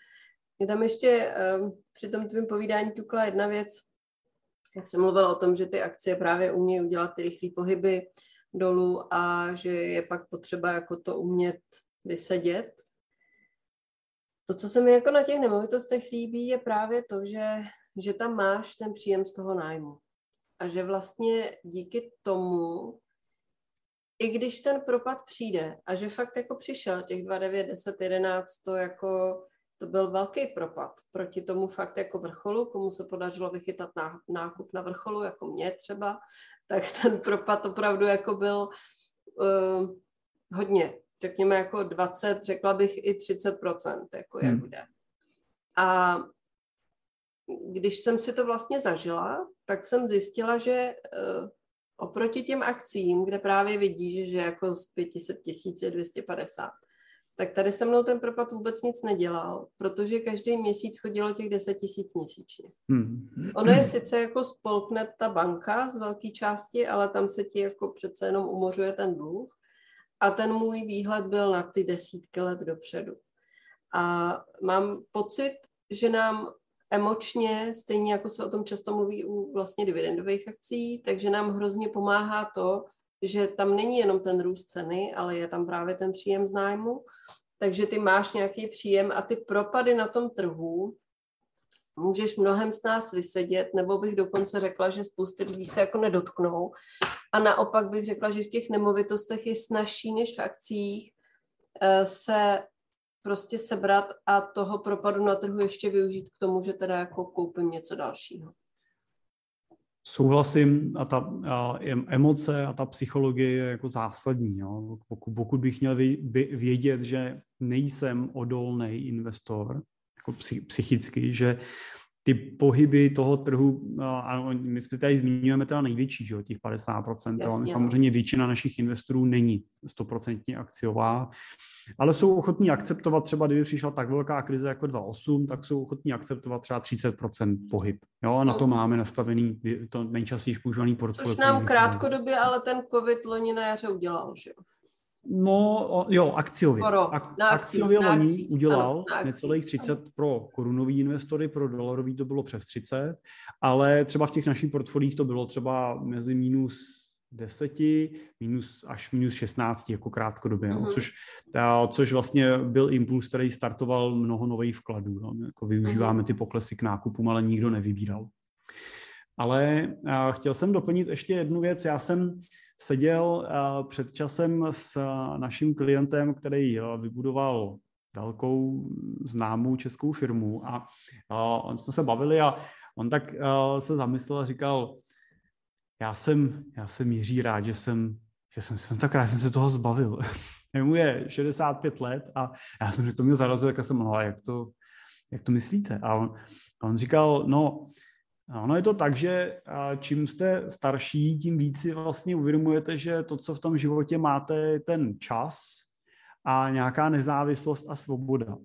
Je tam ještě uh, při tom tvým povídání ťukla jedna věc, jak jsem mluvila o tom, že ty akcie právě umějí udělat ty rychlé pohyby dolů a že je pak potřeba jako to umět vysedět. To, co se mi jako na těch nemovitostech líbí, je právě to, že, že tam máš ten příjem z toho nájmu. A že vlastně díky tomu, i když ten propad přijde, a že fakt jako přišel těch dva devět, deset, jedenáct, to jako to byl velký propad proti tomu fakt jako vrcholu, komu se podařilo vychytat nákup na vrcholu, jako mě třeba, tak ten propad opravdu jako byl uh, hodně, řekněme jako dvacet, řekla bych i třicet procent, jako jak jde. A když jsem si to vlastně zažila, tak jsem zjistila, že uh, oproti těm akcím, kde právě vidíš, že jako z pět set tisíc je dvě stě padesát, tak tady se mnou ten propad vůbec nic nedělal, protože každý měsíc chodilo těch deset tisíc měsíčně. Hmm. Ono je sice jako spolkne ta banka z velké části, ale tam se ti jako přece jenom umořuje ten dluh a ten můj výhled byl na ty desítky let dopředu. A mám pocit, že nám emočně, stejně jako se o tom často mluví u vlastně dividendových akcí, takže nám hrozně pomáhá to, že tam není jenom ten růst ceny, ale je tam právě ten příjem z nájmu, takže ty máš nějaký příjem a ty propady na tom trhu můžeš mnohem z nás vysedět, nebo bych dokonce řekla, že spousty lidí se jako nedotknou a naopak bych řekla, že v těch nemovitostech je snazší než v akcích se prostě sebrat a toho propadu na trhu ještě využít k tomu, že teda jako koupím něco dalšího. Souhlasím a ta a emoce a ta psychologie je jako zásadní. Jo. Pokud, pokud bych měl vědět, že nejsem odolný investor, jako psychicky, že ty pohyby toho trhu, a my jsme tady zmiňujeme teda největší, že, těch padesát procent, ale samozřejmě většina našich investorů není stoprocentně akciová, ale jsou ochotní akceptovat třeba, kdyby přišla tak velká krize jako dva tisíce osm, tak jsou ochotní akceptovat třeba třicet procent pohyb. Jo, a na to máme nastavený to nejčastěji používaný portfolio. Což nám krátkodobě, ale ten covid loni na jaře udělal, že jo? No, o, jo, akciově. Skoro, Ak, na akciově akcích, loni na akcích, udělal ano, na akcích, necelých třicet ano. pro korunový investory, pro dolarový to bylo přes třicet, ale třeba v těch našich portfoliích to bylo třeba mezi minus deseti, minus až minus šestnáct jako krátkodobě, mm-hmm. no, což, ta, což vlastně byl impuls, který startoval mnoho nových vkladů. No, jako využíváme mm-hmm. ty poklesy k nákupům, ale nikdo nevybíral. Ale a, chtěl jsem doplnit ještě jednu věc. Já jsem seděl a, před časem s a, naším klientem, který a, vybudoval velkou známou českou firmu a, a on jsme se bavili a on tak a, se zamyslel a říkal, já jsem, já jsem Jiří rád, že jsem, že jsem, jsem tak rád, že jsem se toho zbavil. Mu je šedesát pět let a já jsem, že to mě zarazil, jak jsem, no, jak to, jak to myslíte? A on, a on říkal, no, ono je to tak, že čím jste starší, tím víc si vlastně uvědomujete, že to, co v tom životě máte, je ten čas a nějaká nezávislost a svoboda.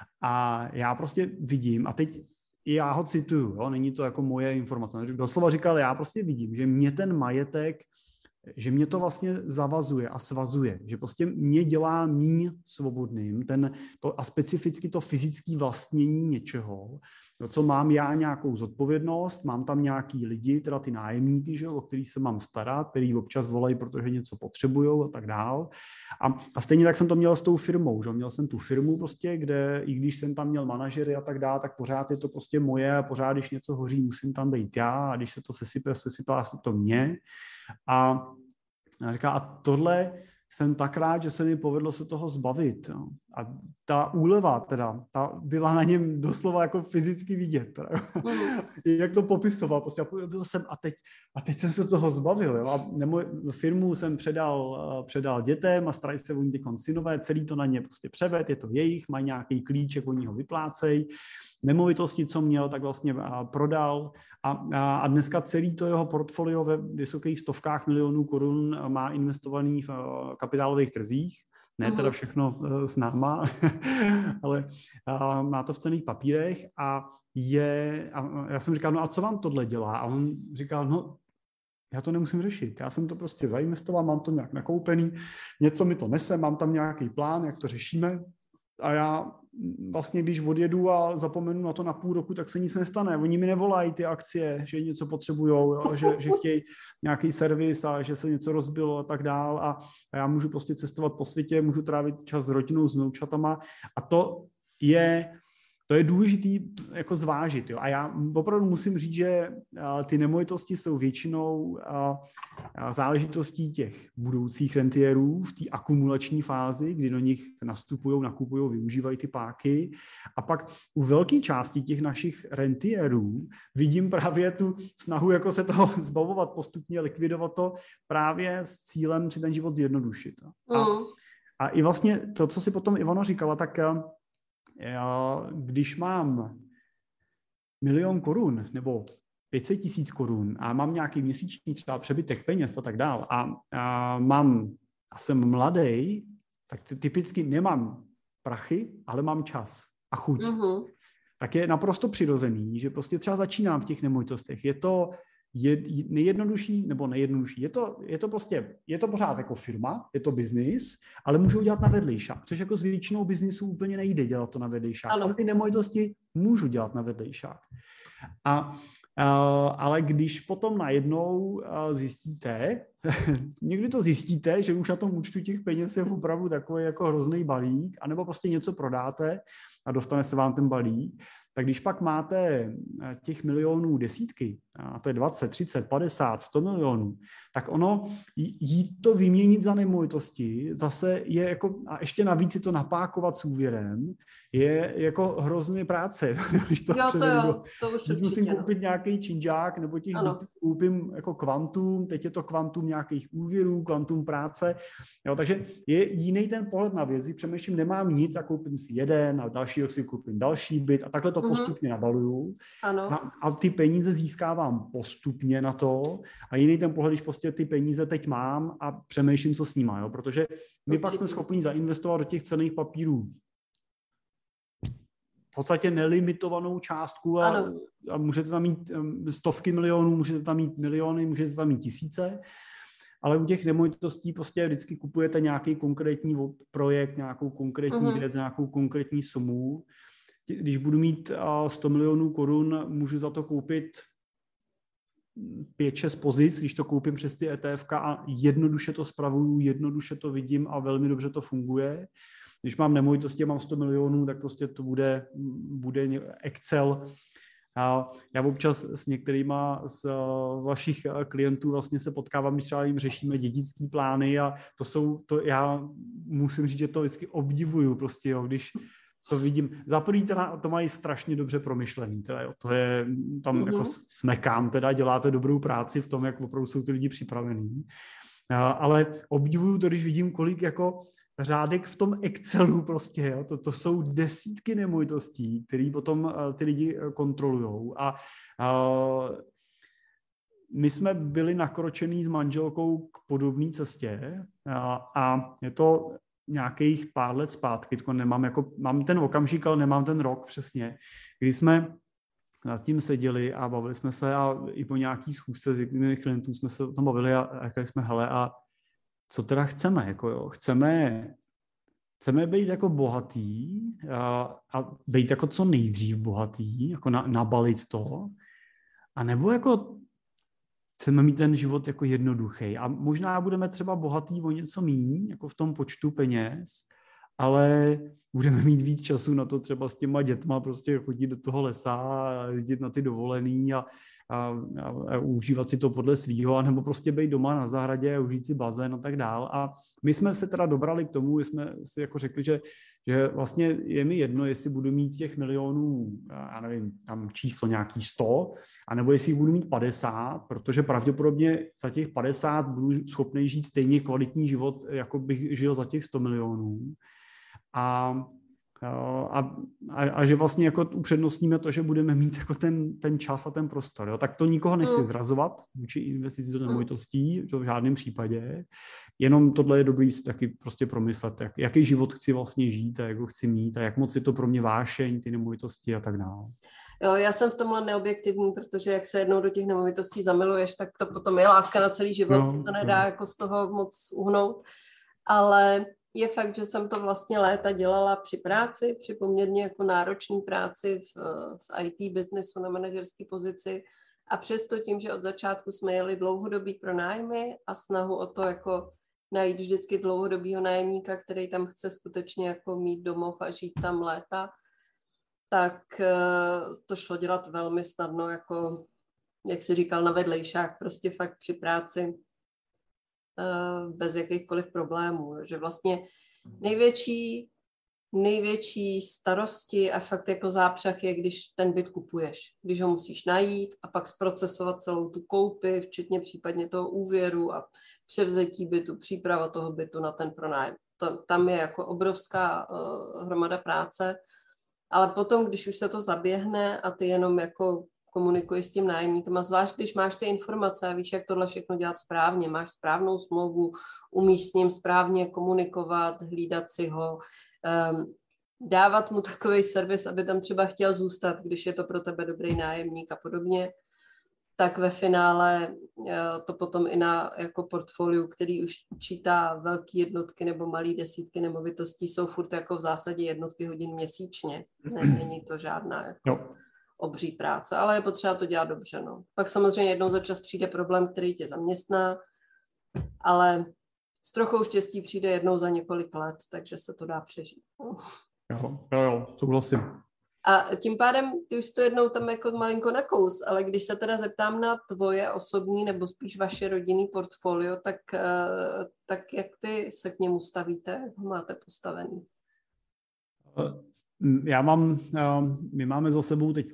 A já prostě vidím, a teď já ho cituju, jo, není to jako moje informace, doslova říkal, já prostě vidím, že mě ten majetek, že mě to vlastně zavazuje a svazuje, že prostě mě dělá míň svobodným ten, to, a specificky to fyzické vlastnění něčeho, za co mám já nějakou zodpovědnost, mám tam nějaký lidi, teda ty nájemníky, že, o který se mám starat, který občas volají, protože něco potřebujou a tak dál. A, a stejně tak jsem to měl s tou firmou, že měl jsem tu firmu prostě, kde i když jsem tam měl manažery a tak dále, tak pořád je to prostě moje a pořád, když něco hoří, musím tam být já a když se to sesype, sesypá se to mě. A A říká, a tohle jsem tak rád, že se mi povedlo se toho zbavit. Jo. A ta úleva teda, ta byla na něm doslova jako fyzicky vidět. Mm. Jak to popisoval, prostě byl jsem a teď, a teď jsem se toho zbavil. Jo. A nemoj, firmu jsem předal, předal dětem a starají se o ní ty synové, celý to na ně prostě převed, je to jejich, mají nějaký klíček, oni ho vyplácejí. Nemovitosti, co měl, tak vlastně prodal a, a dneska celý to jeho portfolio ve vysokých stovkách milionů korun má investovaný v kapitálových trzích, ne teda všechno s náma, ale má to v cenných papírech a je, a já jsem říkal, no a co vám tohle dělá? A on říkal, no já to nemusím řešit, já jsem to prostě zainvestoval, mám to nějak nakoupený, něco mi to nese, mám tam nějaký plán, jak to řešíme. A já vlastně, když odjedu a zapomenu na to na půl roku, tak se nic nestane. Oni mi nevolají ty akcie, že něco potřebujou, jo, že, že chtějí nějaký servis a že se něco rozbilo a tak dál. A, a já můžu prostě cestovat po světě, můžu trávit čas s rodinou, s vnoučatama. A to je, to je důležitý jako zvážit. Jo. A já opravdu musím říct, že ty nemovitosti jsou většinou záležitostí těch budoucích rentiérů v té akumulační fázi, kdy do nich nastupují, nakupují, využívají ty páky. A pak u velké části těch našich rentiérů vidím právě tu snahu jako se toho zbavovat postupně, likvidovat to právě s cílem si ten život zjednodušit. A, a i vlastně to, co si potom Ivano říkala, tak já, když mám milion korun nebo pět set tisíc korun a mám nějaký měsíční třeba přebytek peněz a tak dál a, a mám a jsem mladý, tak typicky nemám prachy, ale mám čas a chuť. Uh-huh. Tak je naprosto přirozený, že prostě třeba začínám v těch nemovitostech. Je to je nejjednodušší, nebo nejjednodušší. Je to, je to prostě, je to pořád jako firma, je to biznis, ale můžu dělat na vedlejšák, což jako s většinou biznisu úplně nejde dělat to na vedlejšák. Ale ty nemovitosti můžu dělat na vedlejšák. A, a, ale když potom najednou zjistíte, někdy to zjistíte, že už na tom účtu těch peněz je opravdu takový jako hrozný balík, anebo prostě něco prodáte a dostane se vám ten balík, tak když pak máte těch milionů desítky, a to je dvacet, třicet, padesát, sto milionů, tak ono jít to vyměnit za nemovitosti zase je jako, a ještě navíc si to napákovat s úvěrem, je jako hrozně práce. Když to, jo, to jo, to už určitě. Musím koupit no. nějaký činžák, nebo těch koupím jako kvantum, teď je to kvantum nějakých úvěrů, kvantum práce. Jo, takže je jiný ten pohled na věc, přemýšlím, nemám nic a koupím si jeden a další rok si koupím další byt a takhle to mm-hmm. postupně nabaluju. Ano. A, a ty peníze získávám postupně na to a jiný ten pohled, když prostě ty peníze teď mám a přemýšlím, co s nima, jo, protože my Určitě. Pak jsme schopni zainvestovat do těch cenných papírů v podstatě nelimitovanou částku a, a můžete tam mít stovky milionů, můžete tam mít miliony, můžete tam mít tisíce. ale u těch nemovitostí prostě vždycky kupujete nějaký konkrétní projekt, nějakou konkrétní uh-huh. věc, nějakou konkrétní sumu. Když budu mít sto milionů korun, můžu za to koupit pět šest pozic, když to koupím přes ty E T F a jednoduše to spravuju, jednoduše to vidím a velmi dobře to funguje. Když mám nemovitosti a mám sto milionů, tak prostě to bude, bude Excel. A já občas s některýma z vašich klientů vlastně se potkávám, když třeba jim řešíme dědický plány a to jsou, to já musím říct, že to vždycky obdivuju prostě, jo, když to vidím. Za první teda to mají strašně dobře promyšlený, teda jo, to je, tam mm-hmm. jako smekám, teda děláte dobrou práci v tom, jak opravdu jsou ty lidi připravení. Ale obdivuju to, když vidím, kolik jako řádek v tom Excelu prostě, jo, to, to jsou desítky nemovitostí, které potom uh, ty lidi kontrolujou. A uh, my jsme byli nakročený s manželkou k podobné cestě uh, a je to nějakých pár let zpátky, nemám, jako, mám ten okamžik, ale nemám ten rok přesně, kdy jsme nad tím seděli a bavili jsme se a i po nějaký schůzce s jednými klientů jsme se o tom bavili a, a řekli jsme, hele, a co teda chceme, jako jo, chceme, chceme být jako bohatý a, a být jako co nejdřív bohatý, jako na, nabalit to, a nebo jako chceme mít ten život jako jednoduchý a možná budeme třeba bohatý o něco míň, jako v tom počtu peněz, ale budeme mít víc času na to třeba s těma dětma prostě chodit do toho lesa a jezdit na ty dovolený a, a, a, a užívat si to podle svýho, anebo prostě být doma na zahradě a užít si bazén a tak dál. A my jsme se teda dobrali k tomu, jsme si jako řekli, že, že vlastně je mi jedno, jestli budu mít těch milionů, já nevím, tam číslo nějaký sto, anebo jestli budu mít padesát, protože pravděpodobně za těch padesát budu schopný žít stejně kvalitní život, jako bych žil za těch sto milionů. A, a, a, a že vlastně jako upřednostníme to, že budeme mít jako ten, ten čas a ten prostor. Jo? Tak to nikoho nechci zrazovat vůči investici do nemovitostí, to v žádném případě. Jenom tohle je dobrý si taky prostě promyslet, jak, jaký život chci vlastně žít a jak ho chci mít a jak moc je to pro mě vášeň, ty nemovitosti a tak dále. Jo, já jsem v tomhle neobjektivní, protože jak se jednou do těch nemovitostí zamiluješ, tak to potom je láska na celý život, no, to nedá no. jako z toho moc uhnout. Ale je fakt, že jsem to vlastně léta dělala při práci, při poměrně jako náročné práci v, v í té biznesu na manažerské pozici a přesto tím, že od začátku jsme jeli dlouhodobý pronájmy a snahu o to jako najít vždycky dlouhodobýho nájemníka, který tam chce skutečně jako mít domov a žít tam léta, tak to šlo dělat velmi snadno, jako jak jsi říkal, na vedlejšák, prostě fakt při práci bez jakýchkoliv problémů. Že vlastně největší, největší starosti a fakt jako zápřah je, když ten byt kupuješ. Když ho musíš najít a pak zprocesovat celou tu koupi, včetně případně toho úvěru a převzetí bytu, příprava toho bytu na ten pronájem. To, tam je jako obrovská uh, hromada práce, ale potom, když už se to zaběhne a ty jenom jako komunikuješ s tím nájemníkem a zvlášť, když máš ty informace a víš, jak tohle všechno dělat správně, máš správnou smlouvu, umíš s ním správně komunikovat, hlídat si ho, um, dávat mu takový servis, aby tam třeba chtěl zůstat, když je to pro tebe dobrý nájemník a podobně, tak ve finále uh, to potom i na jako portfoliu, který už čítá velký jednotky nebo malý desítky nemovitostí, jsou furt jako v zásadě jednotky hodin měsíčně. Není to žádná jako... Jo. obří práce, ale je potřeba to dělat dobře. No. Pak samozřejmě jednou za čas přijde problém, který tě zaměstná, ale s trochou štěstí přijde jednou za několik let, takže se to dá přežít. No. Jo, jo, jo, souhlasím. A tím pádem, ty už to jednou tam jako malinko nakous, ale když se teda zeptám na tvoje osobní nebo spíš vaše rodinný portfolio, tak, tak jak vy se k němu stavíte, jak ho máte postavený? Já mám, my máme za sebou teď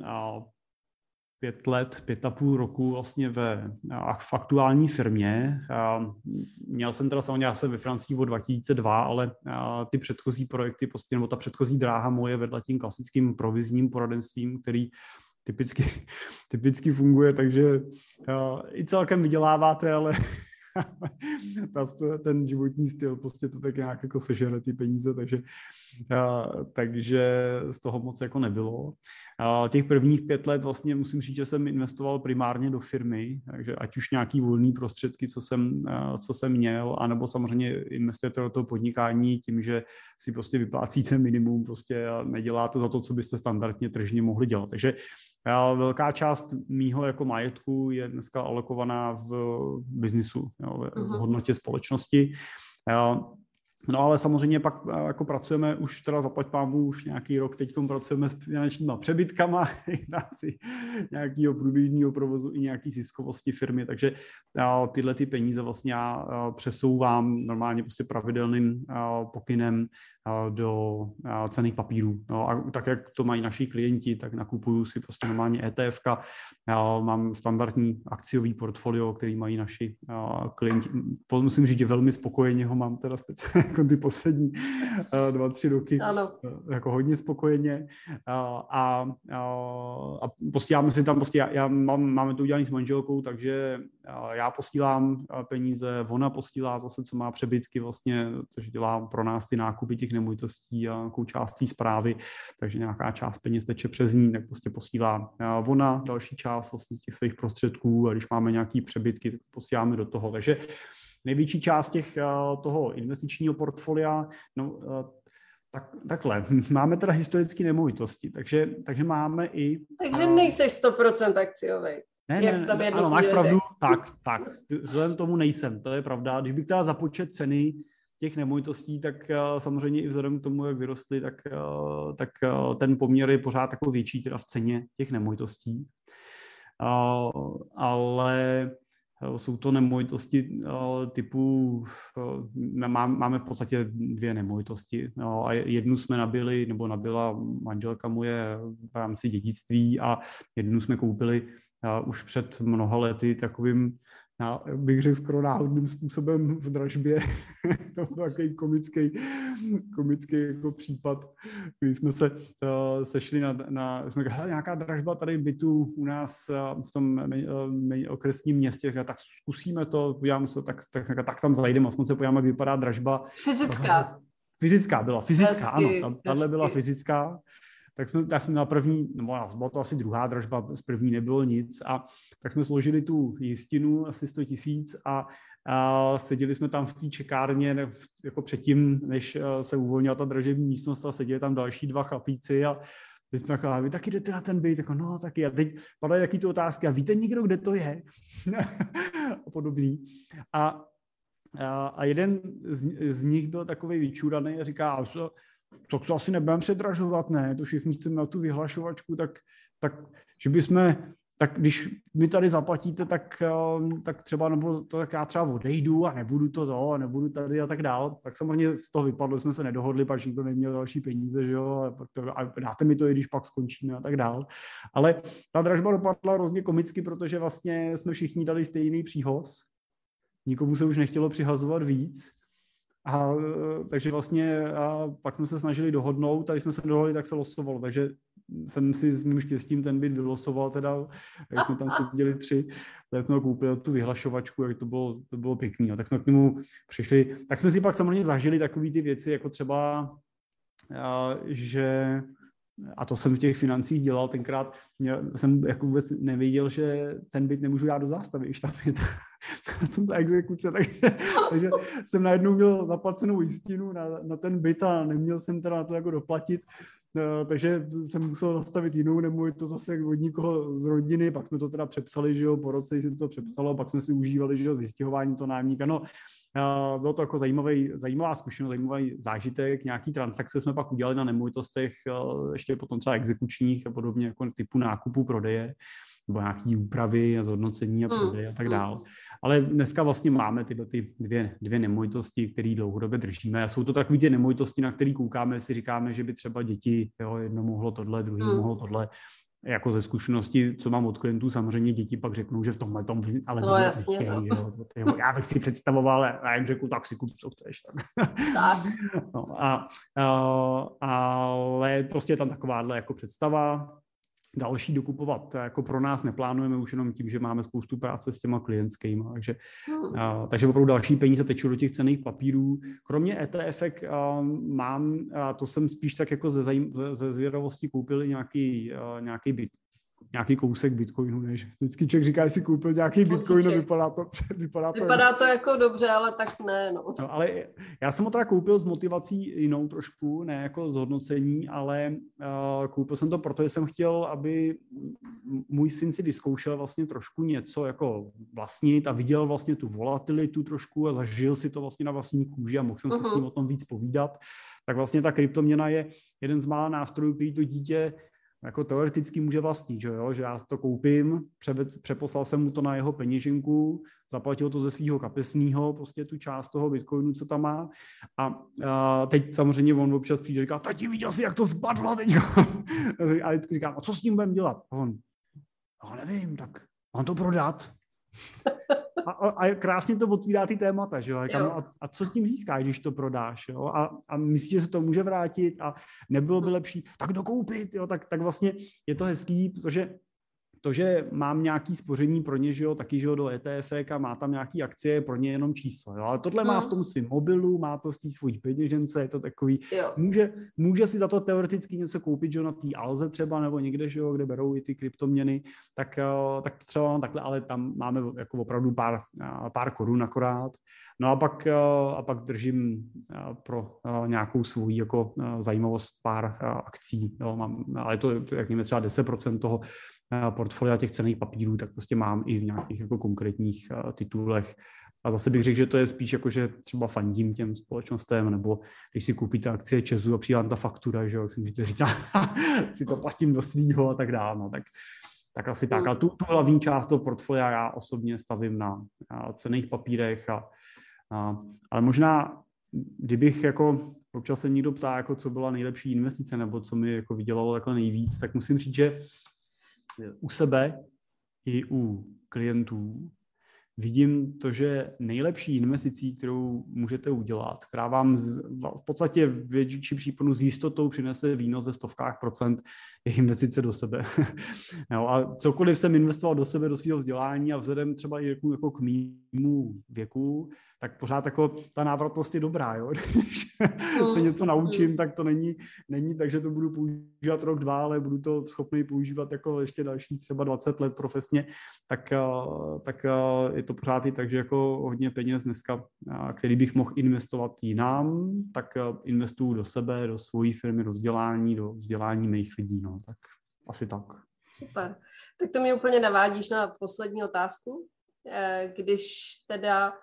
pět let, pět a půl roku vlastně ve, v aktuální firmě. Měl jsem teda samozřejmě, já jsem ve Francii od dva tisíce dva, ale ty předchozí projekty, prostě, nebo ta předchozí dráha moje vedla tím klasickým provizním poradenstvím, který typicky, typicky funguje, takže i celkem vyděláváte, ale ten životní styl prostě to tak nějak jako sežere ty peníze, takže, a, takže z toho moc jako nebylo. A těch prvních pět let vlastně musím říct, že jsem investoval primárně do firmy, takže ať už nějaký volný prostředky, co jsem, a, co jsem měl, anebo samozřejmě investujete do toho podnikání tím, že si prostě vyplácíte minimum prostě a neděláte za to, co byste standardně tržně mohli dělat. Takže a velká část mýho jako majetku je dneska alokovaná v biznisu, jo, v hodnotě společnosti. No ale samozřejmě pak jako pracujeme už teda zaplať pámu už nějaký rok, teď pracujeme s finančníma přebytkama v rámci nějakého průběžného provozu i nějaký ziskovosti firmy, takže tyhle ty peníze vlastně já přesouvám normálně prostě pravidelným pokynem do cenných papírů. No a tak, jak to mají naši klienti, tak nakupuju si prostě normálně E T F ka. Já mám standardní akciový portfolio, který mají naši klienti. Musím říct, že velmi spokojeně ho mám teda speciálně jako ty poslední dva, tři roky. Ano. Jako hodně spokojeně. A, a, a posíláme si tam, prostě já, já mám, máme to udělané s manželkou, takže já posílám peníze, ona posílá zase, co má přebytky vlastně, což dělá pro nás ty nákupy těch nemovitostí a nějakou částí správy, takže nějaká část peněz teče přes ní, tak prostě posílá ona další část vlastně těch svých prostředků a když máme nějaký přebytky, tak posíláme do toho. Takže největší část těch, toho investičního portfolia, no, tak, takhle, máme teda historické nemovitosti, takže, takže máme i... Takže nejseš sto procent akciový. Ne, jak ne, ne ano, máš pravdu, tak, tak, vzhledem tomu nejsem, to je pravda. Když bych teda započet ceny těch nemovitostí, tak uh, samozřejmě i vzhledem k tomu, jak vyrostly, tak, uh, tak uh, ten poměr je pořád jako větší teda v ceně těch nemovitostí. Uh, ale uh, jsou to nemovitosti uh, typu, uh, má, máme v podstatě dvě nemovitosti. Uh, a jednu jsme nabili, nebo nabila manželka moje v rámci dědictví a jednu jsme koupili uh, už před mnoha lety takovým, já bych řekl skoro náhodným způsobem v dražbě. To byl takový komický, komický jako případ, kdy jsme se uh, sešli na, na jsme říkali, nějaká dražba tady bytu u nás uh, v tom uh, okresním městě, tak zkusíme to, podíváme se, tak, tak, tak, tak tam zajdeme, aspoň se podíváme, jak vypadá dražba. Fyzická. Fyzická byla, fyzická, hezky, ano, tahle byla fyzická. Tak jsme, tak jsme na první, nebo byla to asi druhá dražba, z první nebylo nic a tak jsme složili tu jistinu, asi sto tisíc a, a seděli jsme tam v té čekárně, jako předtím, než se uvolnila ta dražební místnost a seděli tam další dva chlapíci a teď jsme řekli, vy taky jdete na ten byt, jako no taky a teď padají taky ty otázky a víte někdo, kde to je? A podobný. A, a, a jeden z, z nich byl takovej vyčuraný a říká, tak to asi nebudeme předražovat, ne, to všichni chceme na tu vyhlašovačku, tak, tak že bychom, tak když mi tady zaplatíte, tak, tak třeba, nebo to, tak já třeba odejdu a nebudu to to, a nebudu tady a tak dál. Tak samozřejmě z toho vypadlo, jsme se nedohodli, pak nikdo neměl další peníze, že jo, a, pak to, a dáte mi to, i když pak skončíme a tak dál. Ale ta dražba dopadla hrozně komicky, protože vlastně jsme všichni dali stejný příhoz, nikomu se už nechtělo přihazovat víc. A takže vlastně a pak jsme se snažili dohodnout, a když jsme se dohodli, tak se losovalo, takže jsem si s mým štěstím ten byt vylosoval teda, jak jsme tam seděli tři, tak jsme koupili tu vyhlašovačku, jak to bylo, to bylo pěkný, a tak jsme k němu přišli, tak jsme si pak samozřejmě zažili takové ty věci, jako třeba, a, že a to jsem v těch financích dělal tenkrát, jsem jako vůbec nevěděl, že ten byt nemůžu dát do zástavy, když tam je ta, ta exekuce, takže, takže jsem najednou měl zaplacenou jistinu na, na ten byt a neměl jsem teda na to jako doplatit, takže jsem musel zastavit jinou, nebo je to zase od nikoho z rodiny, pak jsme to teda přepsali, že jo, po roce si to přepsalo, pak jsme si užívali, že jo, vystěhování toho nájemníka, no. Bylo to jako zajímavý, zajímavá zkušenost, zajímavý zážitek, nějaký transakce jsme pak udělali na nemovitostech, ještě potom třeba exekučních a podobně, jako typu nákupu, prodeje, nebo nějaký úpravy a zhodnocení a prodeje a tak dále. Ale dneska vlastně máme tyhle ty dvě, dvě nemovitosti, které dlouhodobě držíme. A jsou to takové ty nemovitosti, na které koukáme, si říkáme, že by třeba děti, jo, jedno mohlo tohle, druhý mm. mohlo tohle. Jako ze zkušenosti, co mám od klientů, samozřejmě děti pak řeknou, že v tomhle tom, ale no, jasně, nechtějí, no. Jo, já bych si představoval, a já jim řeknu, tak si kup, co chceš. Tak. tak. No, a, a, ale prostě je tam takováhle jako představa další dokupovat jako pro nás neplánujeme už jenom tím, že máme spoustu práce s těma klientskými. Takže, Hmm. a, takže opravdu další peníze tečou do těch cenných papírů. Kromě E T F a, mám, a to jsem spíš tak jako ze, zajím, ze zvědavosti koupil nějaký, a, nějaký byt. Nějaký kousek bitcoinu, než vždycky člověk říká, jestli koupil nějaký bitcoin a vypadá to, vypadá to, vypadá to jako dobře, ale tak ne, no. no. Ale já jsem ho teda koupil s motivací jinou trošku, ne jako zhodnocení, ale uh, koupil jsem to proto, že jsem chtěl, aby můj syn si vyzkoušel vlastně trošku něco jako vlastnit a viděl vlastně tu volatilitu trošku a zažil si to vlastně na vlastní kůži a mohl jsem uh-huh. se s ním o tom víc povídat. Tak vlastně ta kryptoměna je jeden z mála nástrojů, který to dítě jako teoreticky může vlastnit, že, jo? Že já to koupím, převed, přeposlal jsem mu to na jeho peněženku, zaplatil to ze svého kapesního, prostě tu část toho bitcoinu, co tam má. A, a teď samozřejmě on občas přijde a říká, tati, viděl jsi, jak to spadlo teď? A teď říkám, a co s tím budeme dělat? A on, no nevím, tak mám to prodat. A, a, a krásně to otvírá ty témata, že jo? Říkám, no a, a co s tím získáš, když to prodáš, jo? A, a myslíš, že se to může vrátit a nebylo by lepší, tak dokoupit, jo? Tak, tak vlastně je to hezký, protože to, že mám nějaký spoření pro ně, že jo, taky, že jo, do E T F a má tam nějaký akcie, pro ně jenom číslo, jo? Ale tohle má v tom svým mobilu, má to z té svojí peněžence, je to takový, může, může si za to teoreticky něco koupit, že jo, na té Alze třeba, nebo někde, že jo, kde berou i ty kryptoměny, tak, tak to třeba takhle, ale tam máme jako opravdu pár, pár korun akorát. No a pak, a pak držím pro nějakou svou jako zajímavost pár akcí, jo, mám, ale to, to jak nevím, třeba deset procent toho portfolia těch cenných papírů, tak prostě mám i v nějakých jako konkrétních uh, titulech. A zase bych řekl, že to je spíš jako, že třeba fandím těm společnostem, nebo když si koupíte akcie Česu a přijde vám ta faktura, že jo, si můžete říct, si to platím do svýho a tak dále. No, tak, tak asi tak. A tu, tu hlavní část toho portfolia já osobně stavím na, na cenných papírech. A, a, ale možná, kdybych jako, občas se někdo ptá, jako, co byla nejlepší investice, nebo co mi jako vydělalo takhle nejvíc, tak musím říct, že u sebe i u klientů vidím to, že nejlepší investicí, kterou můžete udělat, která vám z, v podstatě v větším případu s jistotou přinese výnos ze stovkách procent, je investice do sebe. No, a cokoliv jsem investoval do sebe, do svého vzdělání a vzhledem třeba i jako, jako k mému věku, tak pořád jako ta návratnost je dobrá. Jo? Když se něco naučím, tak to není, není tak, že to budu používat rok, dva, ale budu to schopný používat jako ještě další třeba dvacet let profesně, tak, tak je to pořád i tak, že jako hodně peněz dneska, který bych mohl investovat jinam, tak investuju do sebe, do svojí firmy, do vzdělání, do vzdělání mých lidí. No. Tak asi tak. Super. Tak to mě úplně navádíš na poslední otázku. Když teda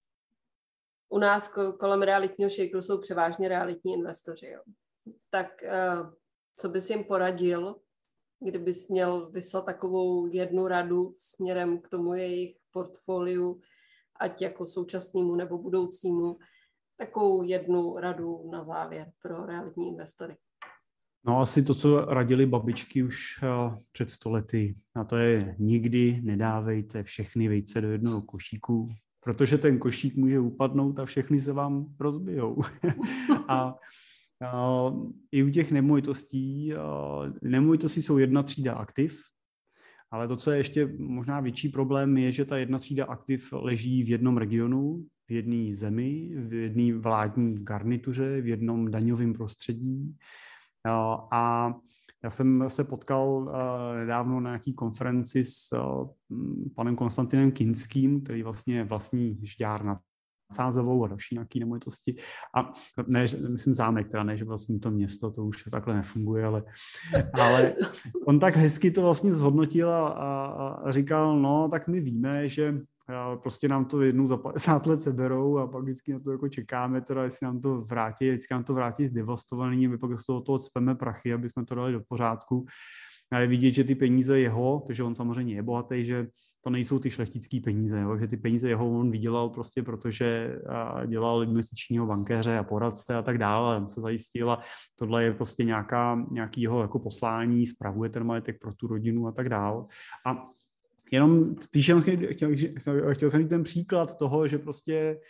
u nás kolem realitního shakeru jsou převážně realitní investoři, jo. Tak co bys jim poradil, kdybys měl vyslat takovou jednu radu směrem k tomu jejich portfoliu, ať jako současnému nebo budoucímu, takovou jednu radu na závěr pro realitní investory? No asi to, co radili babičky už uh, před sto lety, a to je nikdy nedávejte všechny vejce do jednoho košíku, protože ten košík může upadnout a všechny se vám rozbijou. a uh, i u těch nemovitostí, uh, nemovitosti jsou jedna třída aktiv, ale to, co je ještě možná větší problém, je, že ta jedna třída aktiv leží v jednom regionu, v jedné zemi, v jedné vládní garnituře, v jednom daňovém prostředí. Uh, a já jsem se potkal uh, nedávno na nějaký konferenci s uh, panem Konstantinem Kinským, který vlastně vlastní Žďár nad Sázavou a další nějaké nemovitosti. A ne, myslím zámek, teda ne, že vlastně to město, to už takhle nefunguje, ale, ale on tak hezky to vlastně zhodnotil a, a, a říkal, no, tak my víme, že prostě nám to jednou za padesát let seberou a pak vždycky na to jako čekáme, teda jestli nám to vrátí, vždycky nám to vrátí zdevastovaný, my pak z toho, toho cpeme prachy, aby jsme to dali do pořádku. A je vidět, že ty peníze jeho, protože on samozřejmě je bohatý, že to nejsou ty šlechtický peníze, jo? Že ty peníze jeho on vydělal prostě, protože dělal investičního bankéře a poradce a tak dále, on se zajistil a tohle je prostě nějaká, nějaký jeho jako poslání, spravuje ten majetek pro tu rodinu a tak dále. A jenom spíš chtěl, chtěl, chtěl jsem mít ten příklad toho, že prostě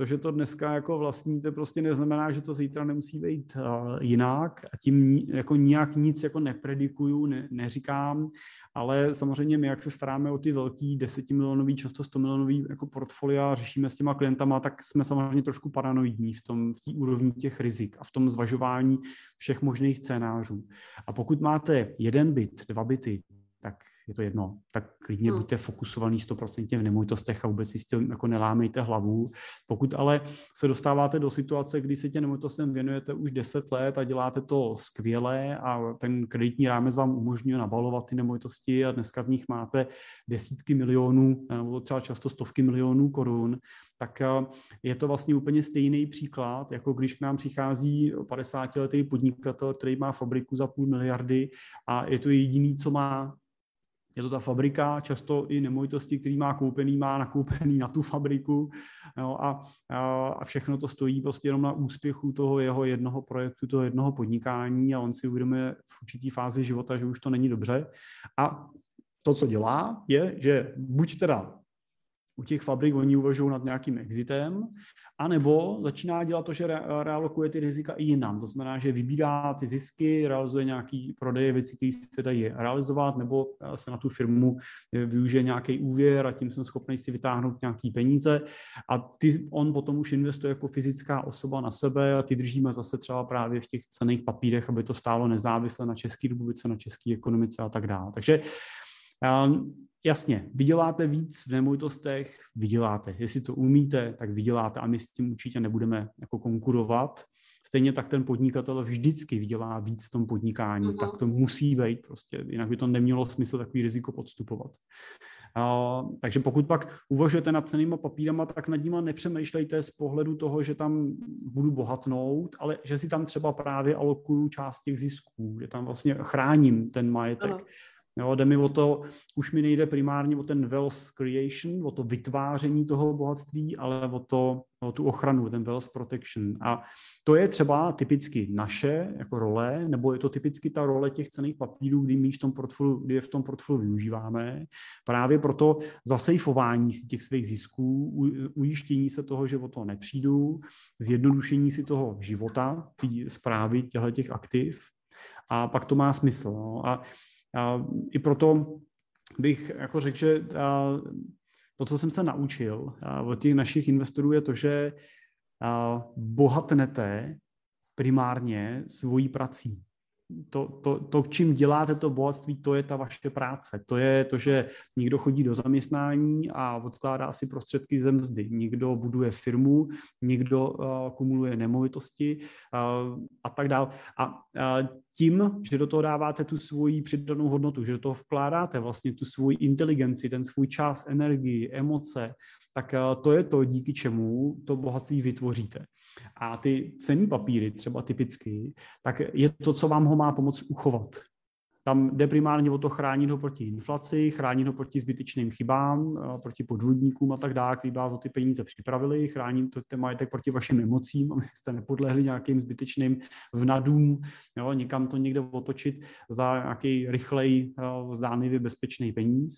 to, že to dneska jako vlastníte, prostě neznamená, že to zítra nemusí být uh, jinak a tím jako nijak nic jako nepredikuju, ne, neříkám, ale samozřejmě my, jak se staráme o ty velký desetimilionový, často sto milionový jako portfolia, řešíme s těma klientama, tak jsme samozřejmě trošku paranoidní v tom, v té úrovni těch rizik a v tom zvažování všech možných scénářů. A pokud máte jeden byt, dva byty, tak je to jedno, tak klidně hmm. buďte fokusovaný stoprocentně v nemovitostech a vůbec si s tím jako nelámejte hlavu. Pokud ale se dostáváte do situace, kdy se těm nemovitostem věnujete už deset let a děláte to skvěle a ten kreditní rámec vám umožňuje nabalovat ty nemovitosti a dneska v nich máte desítky milionů nebo třeba často stovky milionů korun, tak je to vlastně úplně stejný příklad, jako když k nám přichází padesátiletý podnikatel, který má fabriku za půl miliardy a je to jediný, co má. Je to ta fabrika, často i nemovitosti, který má koupený, má nakoupený na tu fabriku, no, a, a všechno to stojí prostě jenom na úspěchu toho jeho jednoho projektu, toho jednoho podnikání a on si uvědomuje v určitý fázi života, že už to není dobře. A to, co dělá, je, že buď teda u těch fabrik oni uvažují nad nějakým exitem, anebo začíná dělat to, že re- realokuje ty rizika i jinam. To znamená, že vybírá ty zisky, realizuje nějaký prodeje věcí, které se dají realizovat, nebo se na tu firmu využije nějaký úvěr a tím jsem schopný si vytáhnout nějaký peníze. A ty, on potom už investuje jako fyzická osoba na sebe a ty držíme zase třeba právě v těch cenných papírech, aby to stálo nezávisle na České republice, na české ekonomice a tak dále. Takže jasně, vyděláte víc v nemovitostech, vyděláte. Jestli to umíte, tak vyděláte a my s tím určitě nebudeme jako konkurovat. Stejně tak ten podnikatel vždycky vydělá víc v tom podnikání, uh-huh. tak to musí být prostě, jinak by to nemělo smysl takový riziko podstupovat. Uh, takže pokud pak uvažujete nad cennýma papírama, tak nad nima nepřemýšlejte z pohledu toho, že tam budu bohatnout, ale že si tam třeba právě alokuju část těch zisků, že tam vlastně chráním ten majetek. Uh-huh. Jo, jde mi o to, už mi nejde primárně o ten wealth creation, o to vytváření toho bohatství, ale o, to, o tu ochranu, ten wealth protection. A to je třeba typicky naše jako role, nebo je to typicky ta role těch cenných papírů, kdy my v tom portfoliu, kdy je v tom portfoliu využíváme. Právě proto zasejfování si těch svých zisků, ujištění se toho, že o to nepřijdu, zjednodušení si toho života, ty správy těch aktiv, a pak to má smysl. No. A A i proto bych jako řekl, že to, co jsem se naučil od těch našich investorů, je to, že bohatnete primárně svojí prací. To, to, to, čím děláte to bohatství, to je ta vaše práce. To je to, že někdo chodí do zaměstnání a odkládá si prostředky ze mzdy. Někdo buduje firmu, někdo uh, kumuluje nemovitosti uh, a tak dále. A uh, tím, že do toho dáváte tu svoji přidanou hodnotu, že do toho vkládáte vlastně tu svoji inteligenci, ten svůj čas, energii, emoce, tak uh, to je to, díky čemu to bohatství vytvoříte. A ty cenné papíry, třeba typicky, tak je to, co vám ho má pomoct uchovat. Tam jde primárně o to chránit ho proti inflaci, chránit ho proti zbytečným chybám, proti podvodníkům a tak dále, kteří vás o ty peníze připravili, chránit to ten majetek proti vašim emocím, abyste nepodlehli nějakým zbytečným vnadům, jo, někam to někde otočit za nějaký rychlej, zdánlivě bezpečný peníz.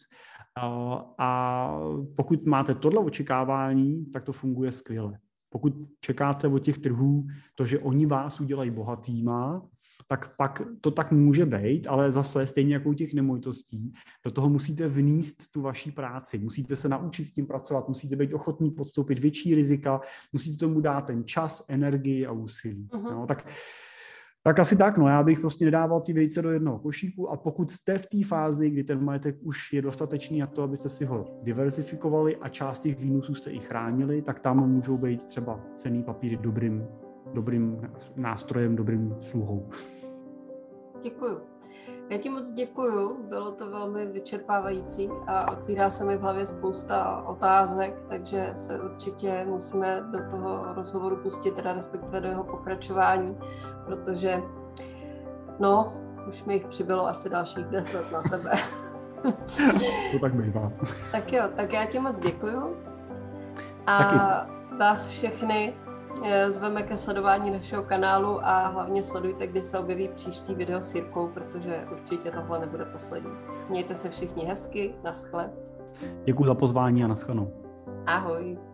A pokud máte tohle očekávání, tak to funguje skvěle. Pokud čekáte od těch trhů to, že oni vás udělají bohatýma, tak pak to tak může být, ale zase stejně jako u těch nemovitostí, do toho musíte vníst tu vaší práci, musíte se naučit s tím pracovat, musíte být ochotní podstoupit větší rizika, musíte tomu dát ten čas, energii a úsilí. Uh-huh. No, tak Tak asi tak, no já bych prostě nedával ty vejce do jednoho košíku a pokud jste v té fázi, kdy ten majetek už je dostatečný na to, abyste si ho diverzifikovali a část těch výnosů jste i chránili, tak tam můžou být třeba cenný papíry dobrým, dobrým nástrojem, dobrým sluhou. Děkuju. Já ti moc děkuju, bylo to velmi vyčerpávající a otvírá se mi v hlavě spousta otázek, takže se určitě musíme do toho rozhovoru pustit, teda respektive do jeho pokračování, protože no, už mi jich přibylo asi dalších deset na tebe. To tak bývá. Tak jo, tak já ti moc děkuju a Taky. Vás všechny zveme ke sledování našeho kanálu a hlavně sledujte, kdy se objeví příští video s Jirkou, protože určitě tohle nebude poslední. Mějte se všichni hezky, naschle. Děkuji za pozvání a naschledanou. Ahoj.